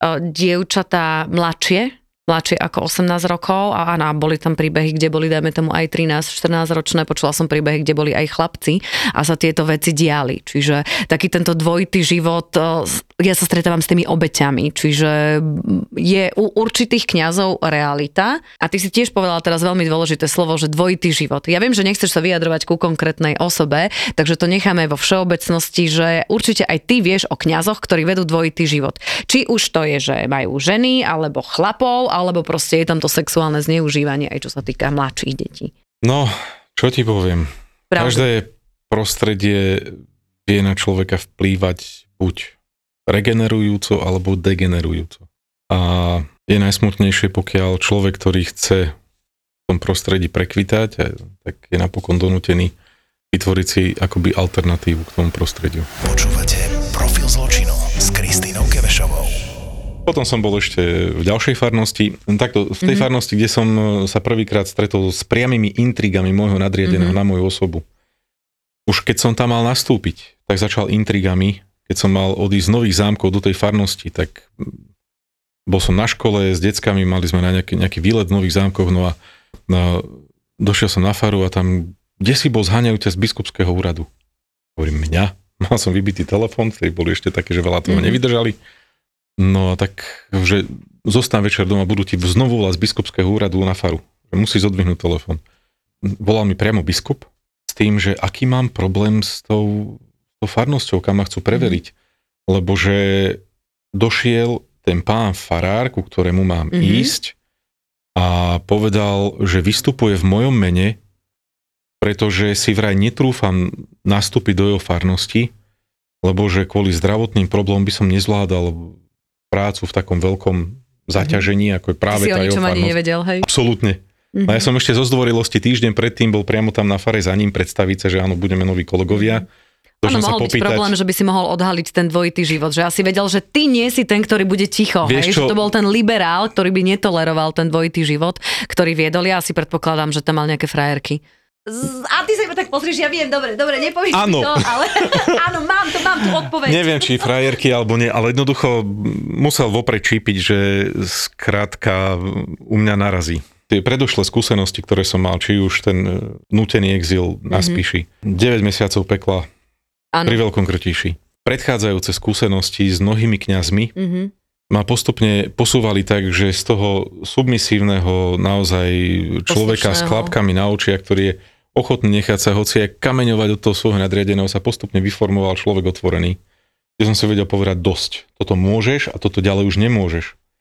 dievčatá mladšie ako 18 rokov a áno, boli tam príbehy, kde boli, dajme tomu, aj 13-14 ročné, počula som príbehy, kde boli aj chlapci a sa tieto veci diali. Čiže taký tento dvojitý život, ja sa stretávam s tými obeťami, čiže je u určitých kňazov realita a ty si tiež povedala teraz veľmi dôležité slovo, že dvojitý život. Ja viem, že nechceš sa vyjadrovať ku konkrétnej osobe, takže to necháme vo všeobecnosti, že určite aj ty vieš o kňazoch, ktorí vedú dvojitý život. Či už to je, že majú ženy alebo chlapov, alebo proste je tam to sexuálne zneužívanie, aj čo sa týka mladších detí. No, čo ti poviem? Pravda. Každé prostredie vie na človeka vplývať buď regenerujúco, alebo degenerujúco. A je najsmutnejšie, pokiaľ človek, ktorý chce v tom prostredí prekvitať, tak je napokon donútený vytvoriť si akoby alternatívu k tomu prostrediu. Počúvate Profil zločinu s Kristínou Kevešovou. Potom som bol ešte v ďalšej farnosti. Takto, v tej farnosti, kde som sa prvýkrát stretol s priamými intrigami môjho nadriadeného na moju osobu. Už keď som tam mal nastúpiť, tak začal intrigami. Keď som mal odísť z Nových Zámkov do tej farnosti, tak bol som na škole s deckami, mali sme na nejaký výlet v Nových Zámkoch, no a došiel som na faru a tam, kde si bol, zháňajú ťa z biskupského úradu. Hovorím, mňa? Mal som vybitý telefón, ktorí boli ešte také, že veľa toho nevydržali. No a tak, že zostan večer doma, budú ti znovu volať z biskupského úradu na faru. Že musí zodvihnúť telefón. Volal mi priamo biskup s tým, že aký mám problém s tou farnosťou, kam ma chcú preveriť. Lebo že došiel ten pán farár, ku ktorému mám ísť a povedal, že vystupuje v mojom mene, pretože si vraj netrúfam nastúpiť do jeho farnosti, lebo že kvôli zdravotným problémom by som nezvládal prácu v takom veľkom zaťažení, ako je práve tá jeho farnosť. Si o ničom ani nevedel, hej? Absolútne. A ja som ešte zo zdvorilosti týždeň predtým bol priamo tam na fare za ním predstaviť sa, že áno, budeme noví kolegovia. Áno, mohol byť problém, že by si mohol odhaliť ten dvojitý život, že asi vedel, že ty nie si ten, ktorý bude ticho, hej? Že to bol ten liberál, ktorý by netoleroval ten dvojitý život, ktorý viedol. Ja si predpokladám, že tam mal nejaké frajerky. A ty sa iba tak pozrieš, ja viem, dobre, nepovíš mi to, ale áno, mám tu odpoveď. Neviem, či frajerky alebo nie, ale jednoducho musel vopred čípiť, že skrátka u mňa narazí. Tie predošlé skúsenosti, ktoré som mal, či už ten nútený exil na Spiši, 9 mesiacov pekla pri Veľkom Krtíši, predchádzajúce skúsenosti s mnohými kňazmi, ma postupne posúvali tak, že z toho submisívneho naozaj človeka s klapkami na očiach, ktorý je ochotný nechať sa hoci aj kameňovať od toho svojho nadriadeného, sa postupne vyformoval človek otvorený. Kde som si vedel povedať dosť. Toto môžeš a toto ďalej už nemôžeš.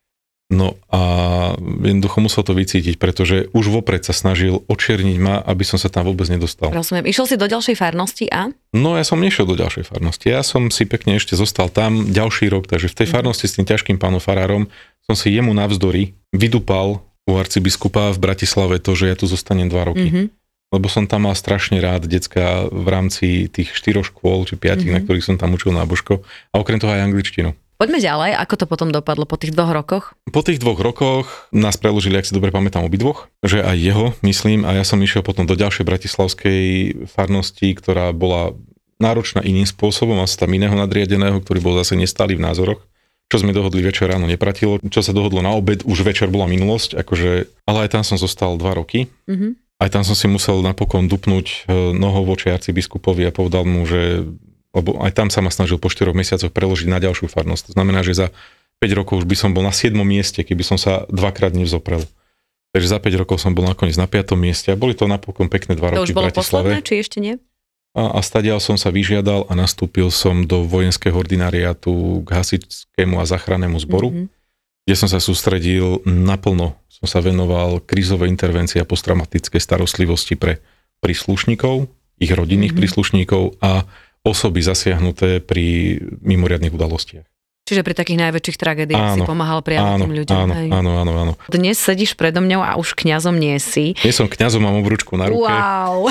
No a jednoducho musel to vycítiť, pretože už vopred sa snažil očierniť ma, aby som sa tam vôbec nedostal. Rozumiem. Išiel si do ďalšej farnosti a? No ja som nešiel do ďalšej farnosti. Ja som si pekne ešte zostal tam ďalší rok, takže v tej farnosti s tým ťažkým pánom farárom som si jemu navzdory vydupal u arcibiskupa v Bratislave to, že ja tu zostanem 2 roky. Lebo som tam mal strašne rád decka v rámci tých 4 škôl, či 5, na ktorých som tam učil nábožko. A okrem toho aj angličtinu. Poďme ďalej, ako to potom dopadlo po tých 2 rokoch? Po tých 2 rokoch nás preložili, ak si dobre pamätám, obidvoch, že aj jeho, myslím, a ja som išiel potom do ďalšej bratislavskej farnosti, ktorá bola náročná iným spôsobom, mal sa tam iného nadriadeného, ktorý bol zase nestály v názoroch. Čo sme dohodli večer ráno nepratilo, čo sa dohodlo na obed, už večer bola minulosť, akože, ale aj tam som zostal 2 roky. Aj tam som si musel napokon dupnúť nohou voči arcibiskupovi a povedal mu, že lebo aj tam sa ma snažil po 4 mesiacoch preložiť na ďalšiu farnosť. To znamená, že za 5 rokov už by som bol na 7. mieste, keby som sa 2-krát nevzoprel. Takže za 5 rokov som bol nakoniec na 5. mieste a boli to napokon pekné 2 roky v Bratislave. To už bolo posledné, či ešte nie? A stadiaľ som sa vyžiadal a nastúpil som do vojenského ordinariátu k hasičskému a záchrannému zboru, kde som sa sústredil naplno. Som sa venoval krízovej intervencii a posttraumatickej starostlivosti pre príslušníkov, ich rodinných príslušníkov a osoby zasiahnuté pri mimoriadnych udalostiach. Čiže pri takých najväčších tragédiách si pomáhal priamo tým ľuďom. Áno. Dnes sedíš predo mňou a už kňazom nie si. Nie som kňazom, mám obručku na ruke. Wow.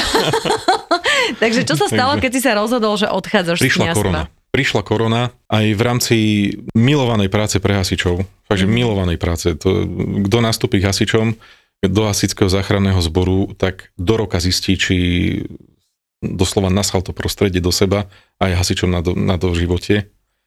Takže čo sa stalo, keď si sa rozhodol, že odchádzaš z kňazstva? Prišla korona aj v rámci milovanej práce pre hasičov. Takže milovanej práce. Kto nastúpi k hasičom, do hasičského záchranného zboru, tak do roka zistí, či doslova nasal to prostredie do seba aj hasičom na doživote.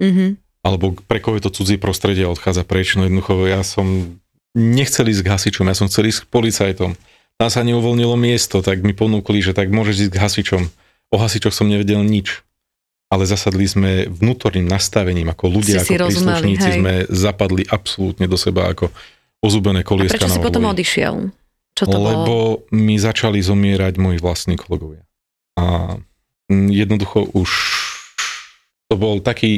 Alebo pre koho je to cudzí prostredie a odchádza preč. No jednoducho, ja som nechcel ísť k hasičom, ja som chcel ísť k policajtom. Tam sa neuvoľnilo miesto, tak mi ponúkli, že tak môžeš ísť k hasičom. O hasičoch som nevedel nič. Ale zasadli sme vnútorným nastavením, ako ľudia, ako príslušníci sme zapadli absolútne do seba ako ozúbené kolieska na odvoji. A prečo si potom odišiel? Čo to Lebo mi začali zomierať moji vlastní kolegovia. A jednoducho už to bol taký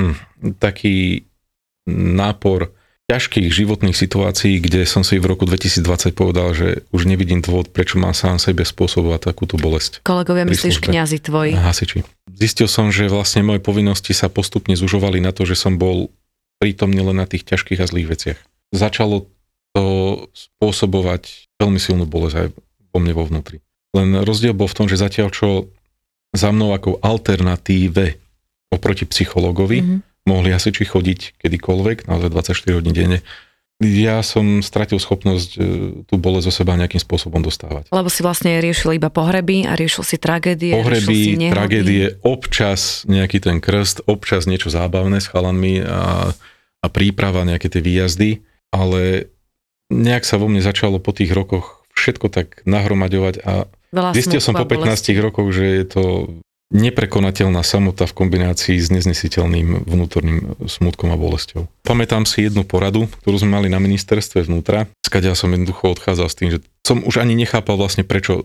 nápor ťažkých životných situácií, kde som si v roku 2020 povedal, že už nevidím dôvod, prečo mám sám sebe spôsobovať takúto bolesť. Kolegovia, myslíš kňazi tvoji? Hasiči. Zistil som, že vlastne moje povinnosti sa postupne zužovali na to, že som bol prítomný len na tých ťažkých a zlých veciach. Začalo to spôsobovať veľmi silnú bolesť aj vo mne vo vnútri. Len rozdiel bol v tom, že zatiaľ čo za mnou ako alternatíve oproti psychológovi mohli hasiči chodiť kedykoľvek, naozaj 24 hodín denne, ja som stratil schopnosť tú bolesť zo seba nejakým spôsobom dostávať. Lebo si vlastne riešil iba pohreby a riešil si tragédie. Pohreby, tragédie, občas nejaký ten krst, občas niečo zábavné s chalanmi a príprava, nejaké tie výjazdy, ale nejak sa vo mne začalo po tých rokoch všetko tak nahromaďovať a zistil som po 15 rokoch, že je to neprekonateľná samota v kombinácii s neznesiteľným vnútorným smútkom a bolesťou. Pamätám si jednu poradu, ktorú sme mali na ministerstve vnútra, skadiaľ som jednoducho odchádzal s tým, že som už ani nechápal vlastne prečo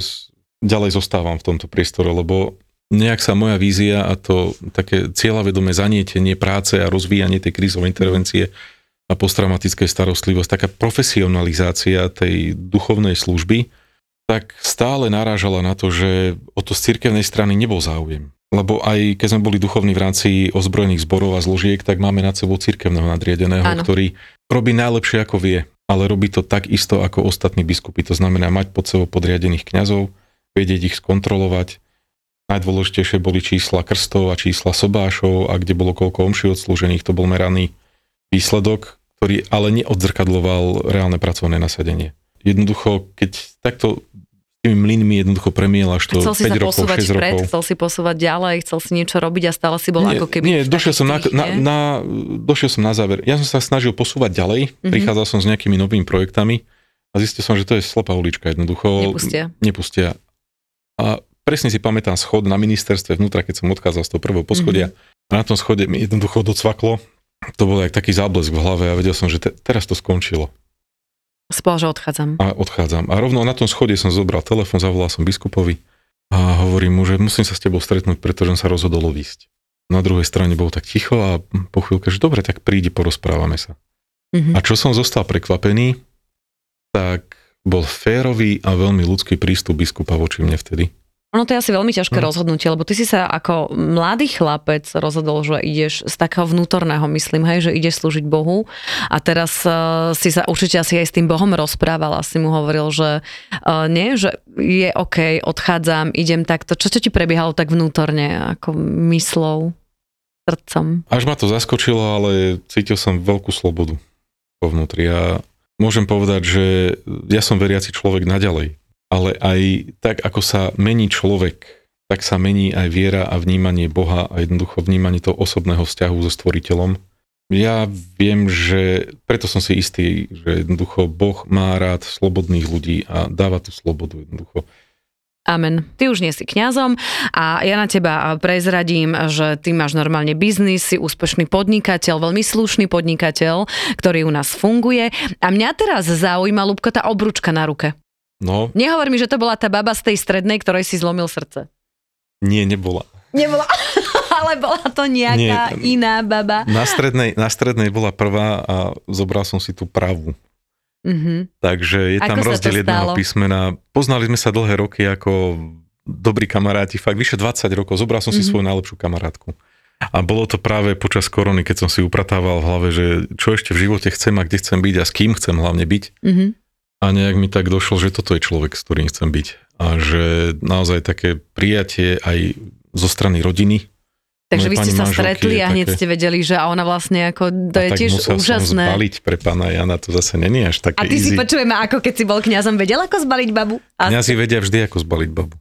ďalej zostávam v tomto priestore, lebo nejak sa moja vízia a to také cieľavedomé zanietenie práce a rozvíjanie tej krízovej intervencie a posttraumatickej starostlivosti, taká profesionalizácia tej duchovnej služby, tak stále narážala na to, že o to z cirkevnej strany nebol záujem. Lebo aj keď sme boli duchovní v rámci ozbrojených zborov a zložiek, tak máme nad sebou cirkevného nadriadeného, ktorý robí najlepšie ako vie, ale robí to tak isto ako ostatní biskupy. To znamená mať pod sebou podriadených kňazov, vedieť ich skontrolovať. Najdôležitejšie boli čísla krstov a čísla sobášov a kde bolo koľko omší odslúžených, to bol meraný výsledok, ktorý ale neodzrkadloval reálne pracovné nasadenie. Jednoducho, keď takto tými mlynmi jednoduko premielaš to 5 rokov, 6 rokov. Chcel si posúvať ďalej, chcel si niečo robiť a stále si bol ako keby... Nie, došiel som na záver. Ja som sa snažil posúvať ďalej, prichádzal som s nejakými novými projektami a zistil som, že to je slepá ulička jednoducho. Nepustia. A presne si pamätám schod na ministerstve vnútra, keď som odchádzal z toho prvého poschodia. A na tom schode mi jednoducho docvaklo. To bol jak taký záblesk v hlave a vedel som, že teraz to skončilo. Spol, že odchádzam. A odchádzam. A rovno na tom schode som zobral telefón, zavolal som biskupovi a hovorím mu, že musím sa s tebou stretnúť, pretože som sa rozhodol odísť. Na druhej strane bolo tak ticho a po chvíľke, že dobre, tak prídi, porozprávame sa. A čo som zostal prekvapený, tak bol férový a veľmi ľudský prístup biskupa voči mne vtedy. Ono to je asi veľmi ťažké rozhodnutie, lebo ty si sa ako mladý chlapec rozhodol, že ideš z takého vnútorného, myslím, hej, že ideš slúžiť Bohu a teraz si sa určite asi aj s tým Bohom rozprával a si mu hovoril, že nie, že je OK, odchádzam, idem takto. Čo ti prebiehalo tak vnútorne, ako myslou, srdcom? Až ma to zaskočilo, ale cítil som veľkú slobodu vo vnútri a môžem povedať, že ja som veriaci človek naďalej. Ale aj tak, ako sa mení človek, tak sa mení aj viera a vnímanie Boha a jednoducho vnímanie toho osobného vzťahu so stvoriteľom. Ja viem, že preto som si istý, že jednoducho Boh má rád slobodných ľudí a dáva tú slobodu jednoducho. Amen. Ty už nie si kňazom a ja na teba prezradím, že ty máš normálne biznis, si úspešný podnikateľ, veľmi slušný podnikateľ, ktorý u nás funguje. A mňa teraz zaujíma, Ľubko, tá obručka na ruke. No. Nehovor mi, že to bola tá baba z tej strednej, ktorej si zlomil srdce. Nie, nebola. Nebola, ale bola to nejaká iná baba. Na strednej bola prvá a zobral som si tú pravú. Takže je tam rozdiel jedného písmena. Poznali sme sa dlhé roky ako dobrí kamaráti, fakt vyše 20 rokov. Zobral som si svoju najlepšiu kamarátku. A bolo to práve počas korony, keď som si upratával v hlave, že čo ešte v živote chcem a kde chcem byť a s kým chcem hlavne byť. A nejak mi tak došlo, že toto je človek, s ktorým chcem byť. A že naozaj také prijatie aj zo strany rodiny. Takže vy ste sa stretli a hneď ste vedeli, že ona vlastne ako, to je tiež úžasné. Tak musel som zbaliť pre pána Jana, to zase není až také easy. A ty si počujeme, ako keď si bol kňazom, vedel ako zbaliť babu? Kňazi vedia vždy, ako zbaliť babu.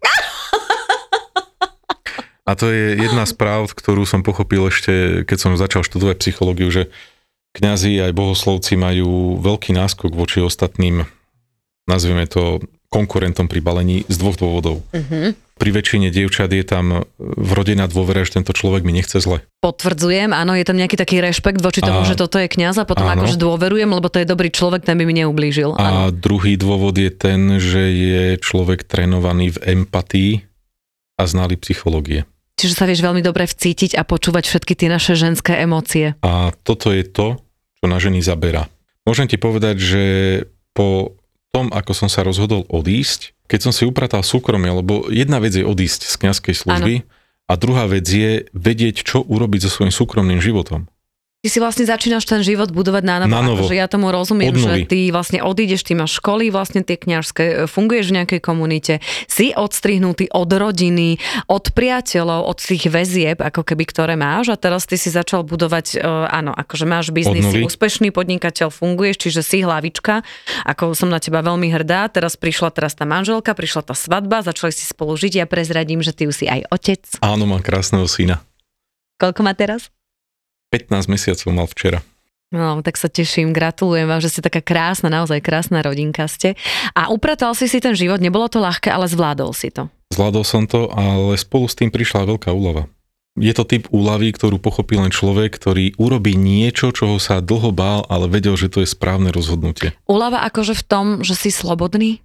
A to je jedna z pravd, ktorú som pochopil ešte, keď som začal študovať psychológiu, že kňazi aj bohoslovci majú veľký náskok voči ostatným, nazvime to konkurentom pri balení z dvoch dôvodov. Pri väčšine dievčat je tam vrodená dôvera, že tento človek mi nechce zle. Potvrdzujem, áno, je tam nejaký taký rešpekt voči tomu, že toto je kňaz a potom akože dôverujem, lebo to je dobrý človek, ten by mi neublížil. A druhý dôvod je ten, že je človek trénovaný v empatii a znali psychológie. Čiže sa vieš veľmi dobre vcítiť a počúvať všetky tie naše ženské emócie. A toto je to, čo na ženy zaberá. Môžem ti povedať, že po tom, ako som sa rozhodol odísť, keď som si upratal súkromie, lebo jedna vec je odísť z kňazskej služby a druhá vec je vedieť, čo urobiť so svojím súkromným životom. Ty si vlastne začínaš ten život budovať na novo. Akože ja tomu rozumiem, že ty vlastne odídeš, ty máš školy, vlastne tie kňažské, funguješ v nejakej komunite, si odstrihnutý od rodiny, od priateľov, od tých väzieb, ako keby, ktoré máš a teraz ty si začal budovať, áno, akože máš biznis, si úspešný podnikateľ, funguješ, čiže si hlavička, ako som na teba veľmi hrdá, teraz prišla tá manželka, prišla tá svadba, začali si spolu žiť, ja prezradím, že ty už si aj otec. Áno, mám krásneho syna. Koľko má teraz? 15 mesiacov mal včera. No, tak sa teším, gratulujem vám, že ste taká krásna, naozaj krásna rodinka ste. A upratal si ten život, nebolo to ľahké, ale zvládol si to. Zvládol som to, ale spolu s tým prišla veľká úľava. Je to typ úľavy, ktorú pochopil len človek, ktorý urobí niečo, čoho sa dlho bál, ale vedel, že to je správne rozhodnutie. Úľava akože v tom, že si slobodný?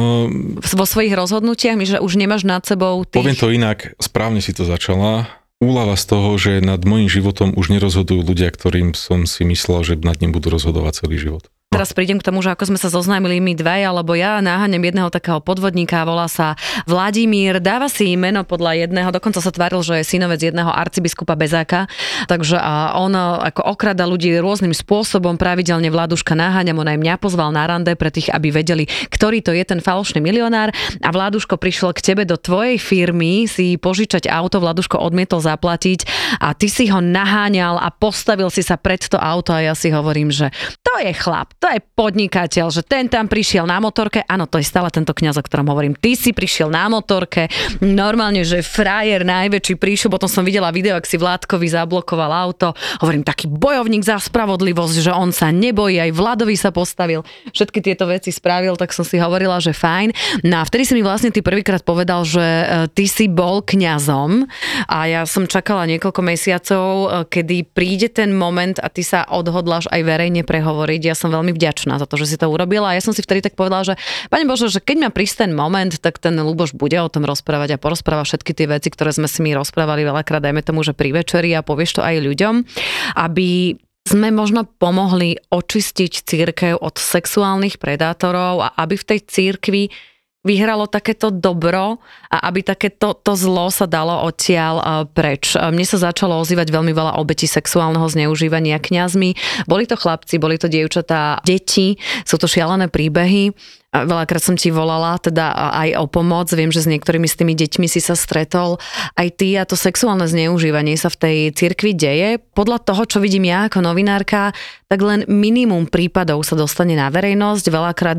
Vo svojich rozhodnutiach, že už nemáš nad sebou tých... Poviem to inak, správne si to začala. Úľava z toho, že nad môjim životom už nerozhodujú ľudia, ktorým som si myslel, že nad ním budú rozhodovať celý život. Teraz prídem k tomu, že ako sme sa zoznámili my dvaja, lebo ja náhaňam jedného takého podvodníka, volá sa Vladimír, dáva si meno podľa jedného, dokonca sa tváril, že je synovec jedného arcibiskupa Bezáka, takže a on ako okrada ľudí rôznym spôsobom, pravidelne Vláduška náhaňam, on aj mňa pozval na rande pre tých, aby vedeli, ktorý to je ten falošný milionár a Vláduško prišiel k tebe do tvojej firmy si požičať auto, Vláduško odmietol zaplatiť a ty si ho naháňal a postavil si sa pred to auto a ja si hovorím, že to je chlap, to je podnikateľ, že ten tam prišiel na motorke, áno, to je stále tento kňaz, o ktorom hovorím, ty si prišiel na motorke, normálne, že frajer najväčší prišiel, potom som videla video, ak si Vládkovi zablokoval auto, hovorím, taký bojovník za spravodlivosť, že on sa nebojí, aj Vladovi sa postavil, všetky tieto veci spravil, tak som si hovorila, že fajn. No a vtedy si mi vlastne ty prvýkrát povedal, že ty si bol kňazom a ja som čakala niekoľko mesiacov, kedy príde ten moment a ty sa odhodláš aj verejne prehovoriť. Ja som veľmi vďačná za to, že si to urobila a ja som si vtedy tak povedala, že Pane Bože, že keď má prísť ten moment, tak ten Ľuboš bude o tom rozprávať a porozpráva všetky tie veci, ktoré sme si my rozprávali veľakrát, dajme tomu, že pri večeri a povieš to aj ľuďom, aby sme možno pomohli očistiť cirkev od sexuálnych predátorov a aby v tej cirkvi vyhralo takéto dobro a aby takéto to zlo sa dalo odtiaľ preč. Mne sa začalo ozývať veľmi veľa obetí sexuálneho zneužívania kňazmi. Boli to chlapci, boli to dievčatá, deti, sú to šialené príbehy. Veľakrát som ti volala teda aj o pomoc. Viem, že s niektorými z tými deťmi si sa stretol. Aj ty a to sexuálne zneužívanie sa v tej cirkvi deje. Podľa toho, čo vidím ja ako novinárka, tak len minimum prípadov sa dostane na verejnosť. Veľakrát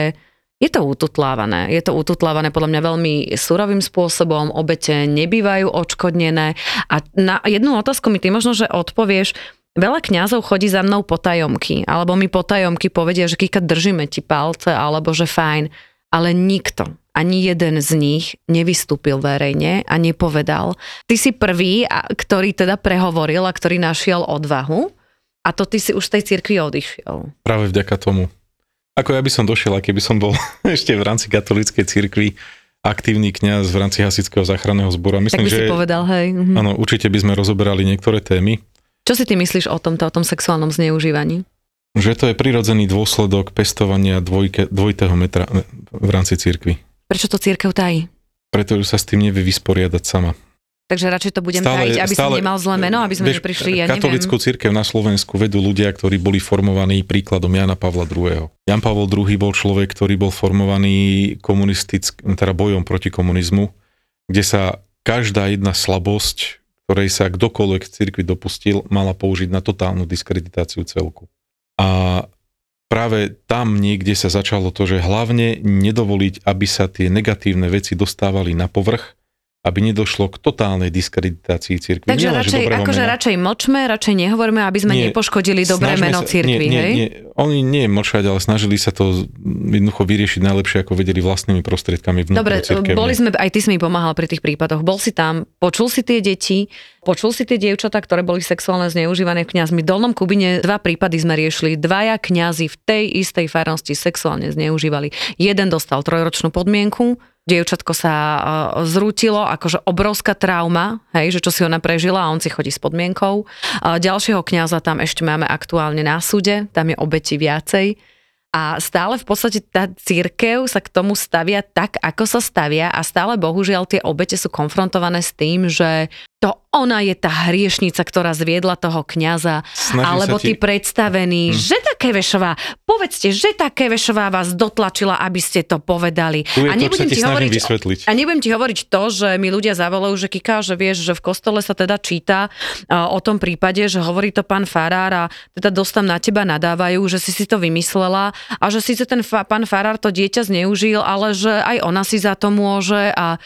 je to ututlávané. Je to ututlávané podľa mňa veľmi surovým spôsobom, obete nebývajú odškodnené. A na jednu otázku mi ty možno, že odpovieš, veľa kňazov chodí za mnou po tajomky, alebo mi po tajomky povedia, že Kika, držíme ti palce, alebo že fajn, ale nikto, ani jeden z nich nevystúpil verejne a nepovedal. Ty si prvý, ktorý teda prehovoril a ktorý našiel odvahu, a to ty si už z tej cirkvi odišiel. Práve vďaka tomu. Ako ja by som došiel, keby som bol ešte v rámci katolíckej cirkvi aktívny kňaz v rámci hasičského záchranného zboru. Myslím, tak by si povedal, hej. Áno, určite by sme rozoberali niektoré témy. Čo si ty myslíš o tom sexuálnom zneužívaní? Že to je prirodzený dôsledok pestovania dvojitého metra v rámci cirkvi. Prečo to cirkev tají? Pretože sa s tým nevie vysporiadať sama. Takže radšej to budem tajiť, aby som nemal zlé meno, aby sme neprišli, ja neviem. Katolícku cirkev na Slovensku vedú ľudia, ktorí boli formovaní príkladom Jana Pavla II. Jan Pavel II bol človek, ktorý bol formovaný teda bojom proti komunizmu, kde sa každá jedna slabosť, ktorej sa kdokoľvek v cirkvi dopustil, mala použiť na totálnu diskreditáciu celku. A práve tam niekde sa začalo to, že hlavne nedovoliť, aby sa tie negatívne veci dostávali na povrch, aby nedošlo k totálnej diskreditácii cirkvi. Takže radšej mlčme, radšej nehovoríme, aby sme nepoškodili dobré meno cirkvi, hej? Oni nie mlčať, ale snažili sa to jednoducho vyriešiť najlepšie, ako vedeli vlastnými prostriedkami vnútri cirkevne. Dobre, aj ty si mi pomáhal pri tých prípadoch. Bol si tam, počul si tie deti, počul si tie dievčatá, ktoré boli sexuálne zneužívané kňazmi. V Dolnom Kubine 2 prípady sme riešili. 2 kňazi v tej istej farnosti sexuálne zneužívali. Jeden dostal 3-ročnú podmienku, dievčatko sa zrútilo, akože obrovská trauma, hej, že čo si ona prežila a on si chodí s podmienkou. Ďalšieho kňaza tam ešte máme aktuálne na súde, tam je obeti viacej. A stále v podstate tá cirkev sa k tomu stavia tak, ako sa stavia a stále bohužiaľ tie obete sú konfrontované s tým, že to ona je tá hriešnica, ktorá zviedla toho kňaza, alebo tí predstavení, že tá Kevešová, povedzte, že tá Kevešová vás dotlačila, aby ste to povedali. A nebudem ti vysvetliť. A nebudem ti hovoriť to, že mi ľudia zavolajú, že Kika, že vieš, že v kostole sa teda číta o tom prípade, že hovorí to pán farár a teda dosť tam na teba nadávajú, že si to vymyslela a že síce ten pán farár to dieťa zneužil, ale že aj ona si za to môže a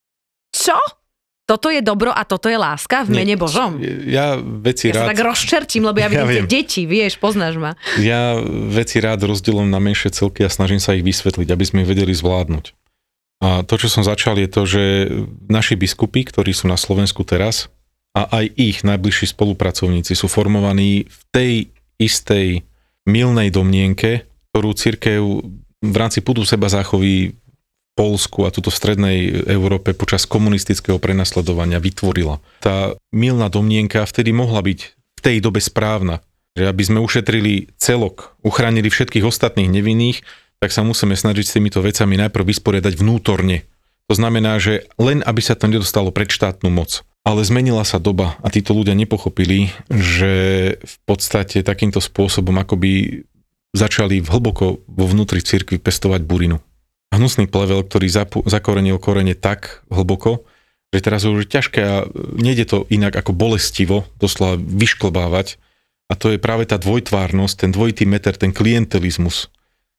čo? Toto je dobro a toto je láska v mene Božom? Ja sa tak rozčertím, lebo ja vidím tie deti, vieš, poznáš ma. Ja veci rád rozdielujem na menšie celky a snažím sa ich vysvetliť, aby sme ich vedeli zvládnuť. A to, čo som začal, je to, že naši biskupy, ktorí sú na Slovensku teraz, a aj ich najbližší spolupracovníci sú formovaní v tej istej mylnej domnienke, ktorú cirkev v rámci pudu seba záchovy Poľsku a tuto v strednej Európe počas komunistického prenasledovania vytvorila. Tá mylná domnienka vtedy mohla byť v tej dobe správna, že aby sme ušetrili celok, uchránili všetkých ostatných nevinných, tak sa musíme snažiť s týmito vecami najprv vysporiadať vnútorne. To znamená, že len aby sa to nedostalo pred štátnu moc. Ale zmenila sa doba a títo ľudia nepochopili, že v podstate takýmto spôsobom akoby začali hlboko vo vnútri cirkvi pestovať burinu. Hnusný plevel, ktorý zakorenil korene tak hlboko, že teraz je už ťažké a nejde to inak ako bolestivo, doslova vyšklbávať. A to je práve tá dvojtvárnosť, ten dvojitý meter, ten klientelizmus,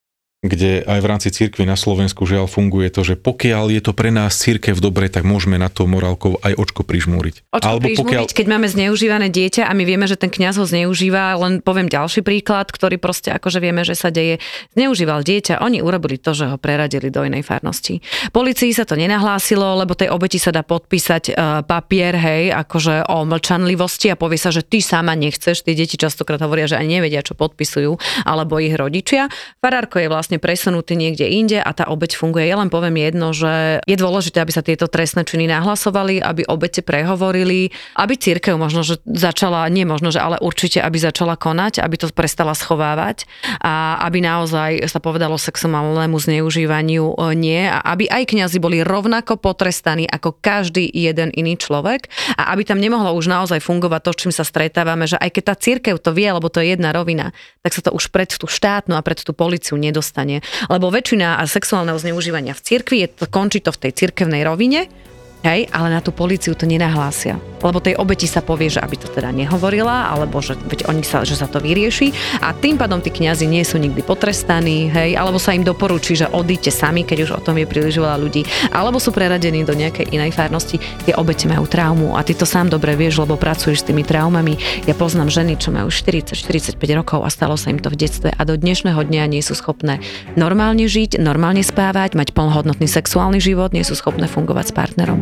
kde aj v rámci cirkvi na Slovensku žiaľ funguje to, že pokiaľ je to pre nás cirkev dobre, tak môžeme na to morálkou aj očko prižmúriť. Keď máme zneužívané dieťa a my vieme, že ten kňaz ho zneužíva, len poviem ďalší príklad, ktorý proste akože vieme, že sa deje. Zneužíval dieťa, oni urobili to, že ho preradili do inej farnosti. Polícii sa to nenahlásilo, lebo tej obeti sa dá podpísať papier, hej, akože o mlčanlivosti a povie sa, že ty sama nechceš. Tie deti častokrát hovoria, že ani nevedia, čo podpisujú, alebo ich rodičia. Farárko je vlastne vlastne presunutý niekde inde a tá obeť funguje. Ja len poviem jedno, že je dôležité, aby sa tieto trestné činy nahlasovali, aby obete prehovorili, aby cirkev možno, že začala, nie možno, že ale určite, aby začala konať, aby to prestala schovávať a aby naozaj sa povedalo sexuálnemu zneužívaniu nie a aby aj kňazi boli rovnako potrestaní ako každý jeden iný človek a aby tam nemohlo už naozaj fungovať to, s čím sa stretávame, že aj keď tá cirkev to vie, lebo to je jedna rovina, tak sa to už pred tú štátnu a pred tú políciu nedostane. Lebo väčšina sexuálneho zneužívania v cirkvi končí to v tej cirkevnej rovine, hej, ale na tú políciu to nenahlásia. Lebo tej obeti sa povie, že aby to teda nehovorila, alebo že že sa to vyrieši a tým pádom tí kňazi nie sú nikdy potrestaní, hej, alebo sa im doporučí, že odíďte sami, keď už o tom je príliš veľa ľudí, alebo sú preradení do nejakej inej farnosti. Tie obete majú traumu a ty to sám dobre vieš, lebo pracuješ s tými traumami. Ja poznám ženy, čo majú 40-45 rokov a stalo sa im to v detstve a do dnešného dňa nie sú schopné normálne žiť, normálne spávať, mať plnohodnotný sexuálny život, nie sú schopné fungovať s partnerom.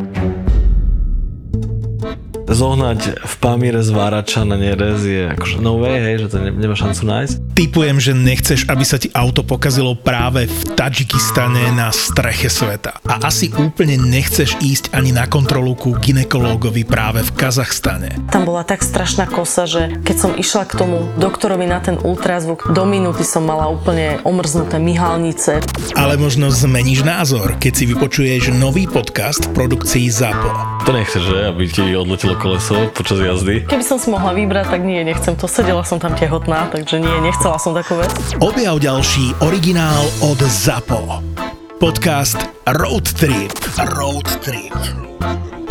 Zohnať v Pamíre zvárača na nerez je akože no way, hej, že to nemá šancu nájsť. Tipujem, že nechceš, aby sa ti auto pokazilo práve v Tadžikistane na streche sveta. A asi úplne nechceš ísť ani na kontrolu ku gynekológovi práve v Kazachstane. Tam bola tak strašná kosa, že keď som išla k tomu doktorovi na ten ultrazvuk, do minúty som mala úplne omrznuté myhalnice. Ale možno zmeníš názor, keď si vypočuješ nový podcast v produkcii ZAPO. To nechceš, že? Aby ti odletelo koleso počas jazdy? Keby som si mohla vybrať, tak nie, nechcem to. Sedela som tam tehotná, takže nie, nechcela som takú vec. Objav ďalší originál od ZAPO. Podcast Road Trip. Road Trip.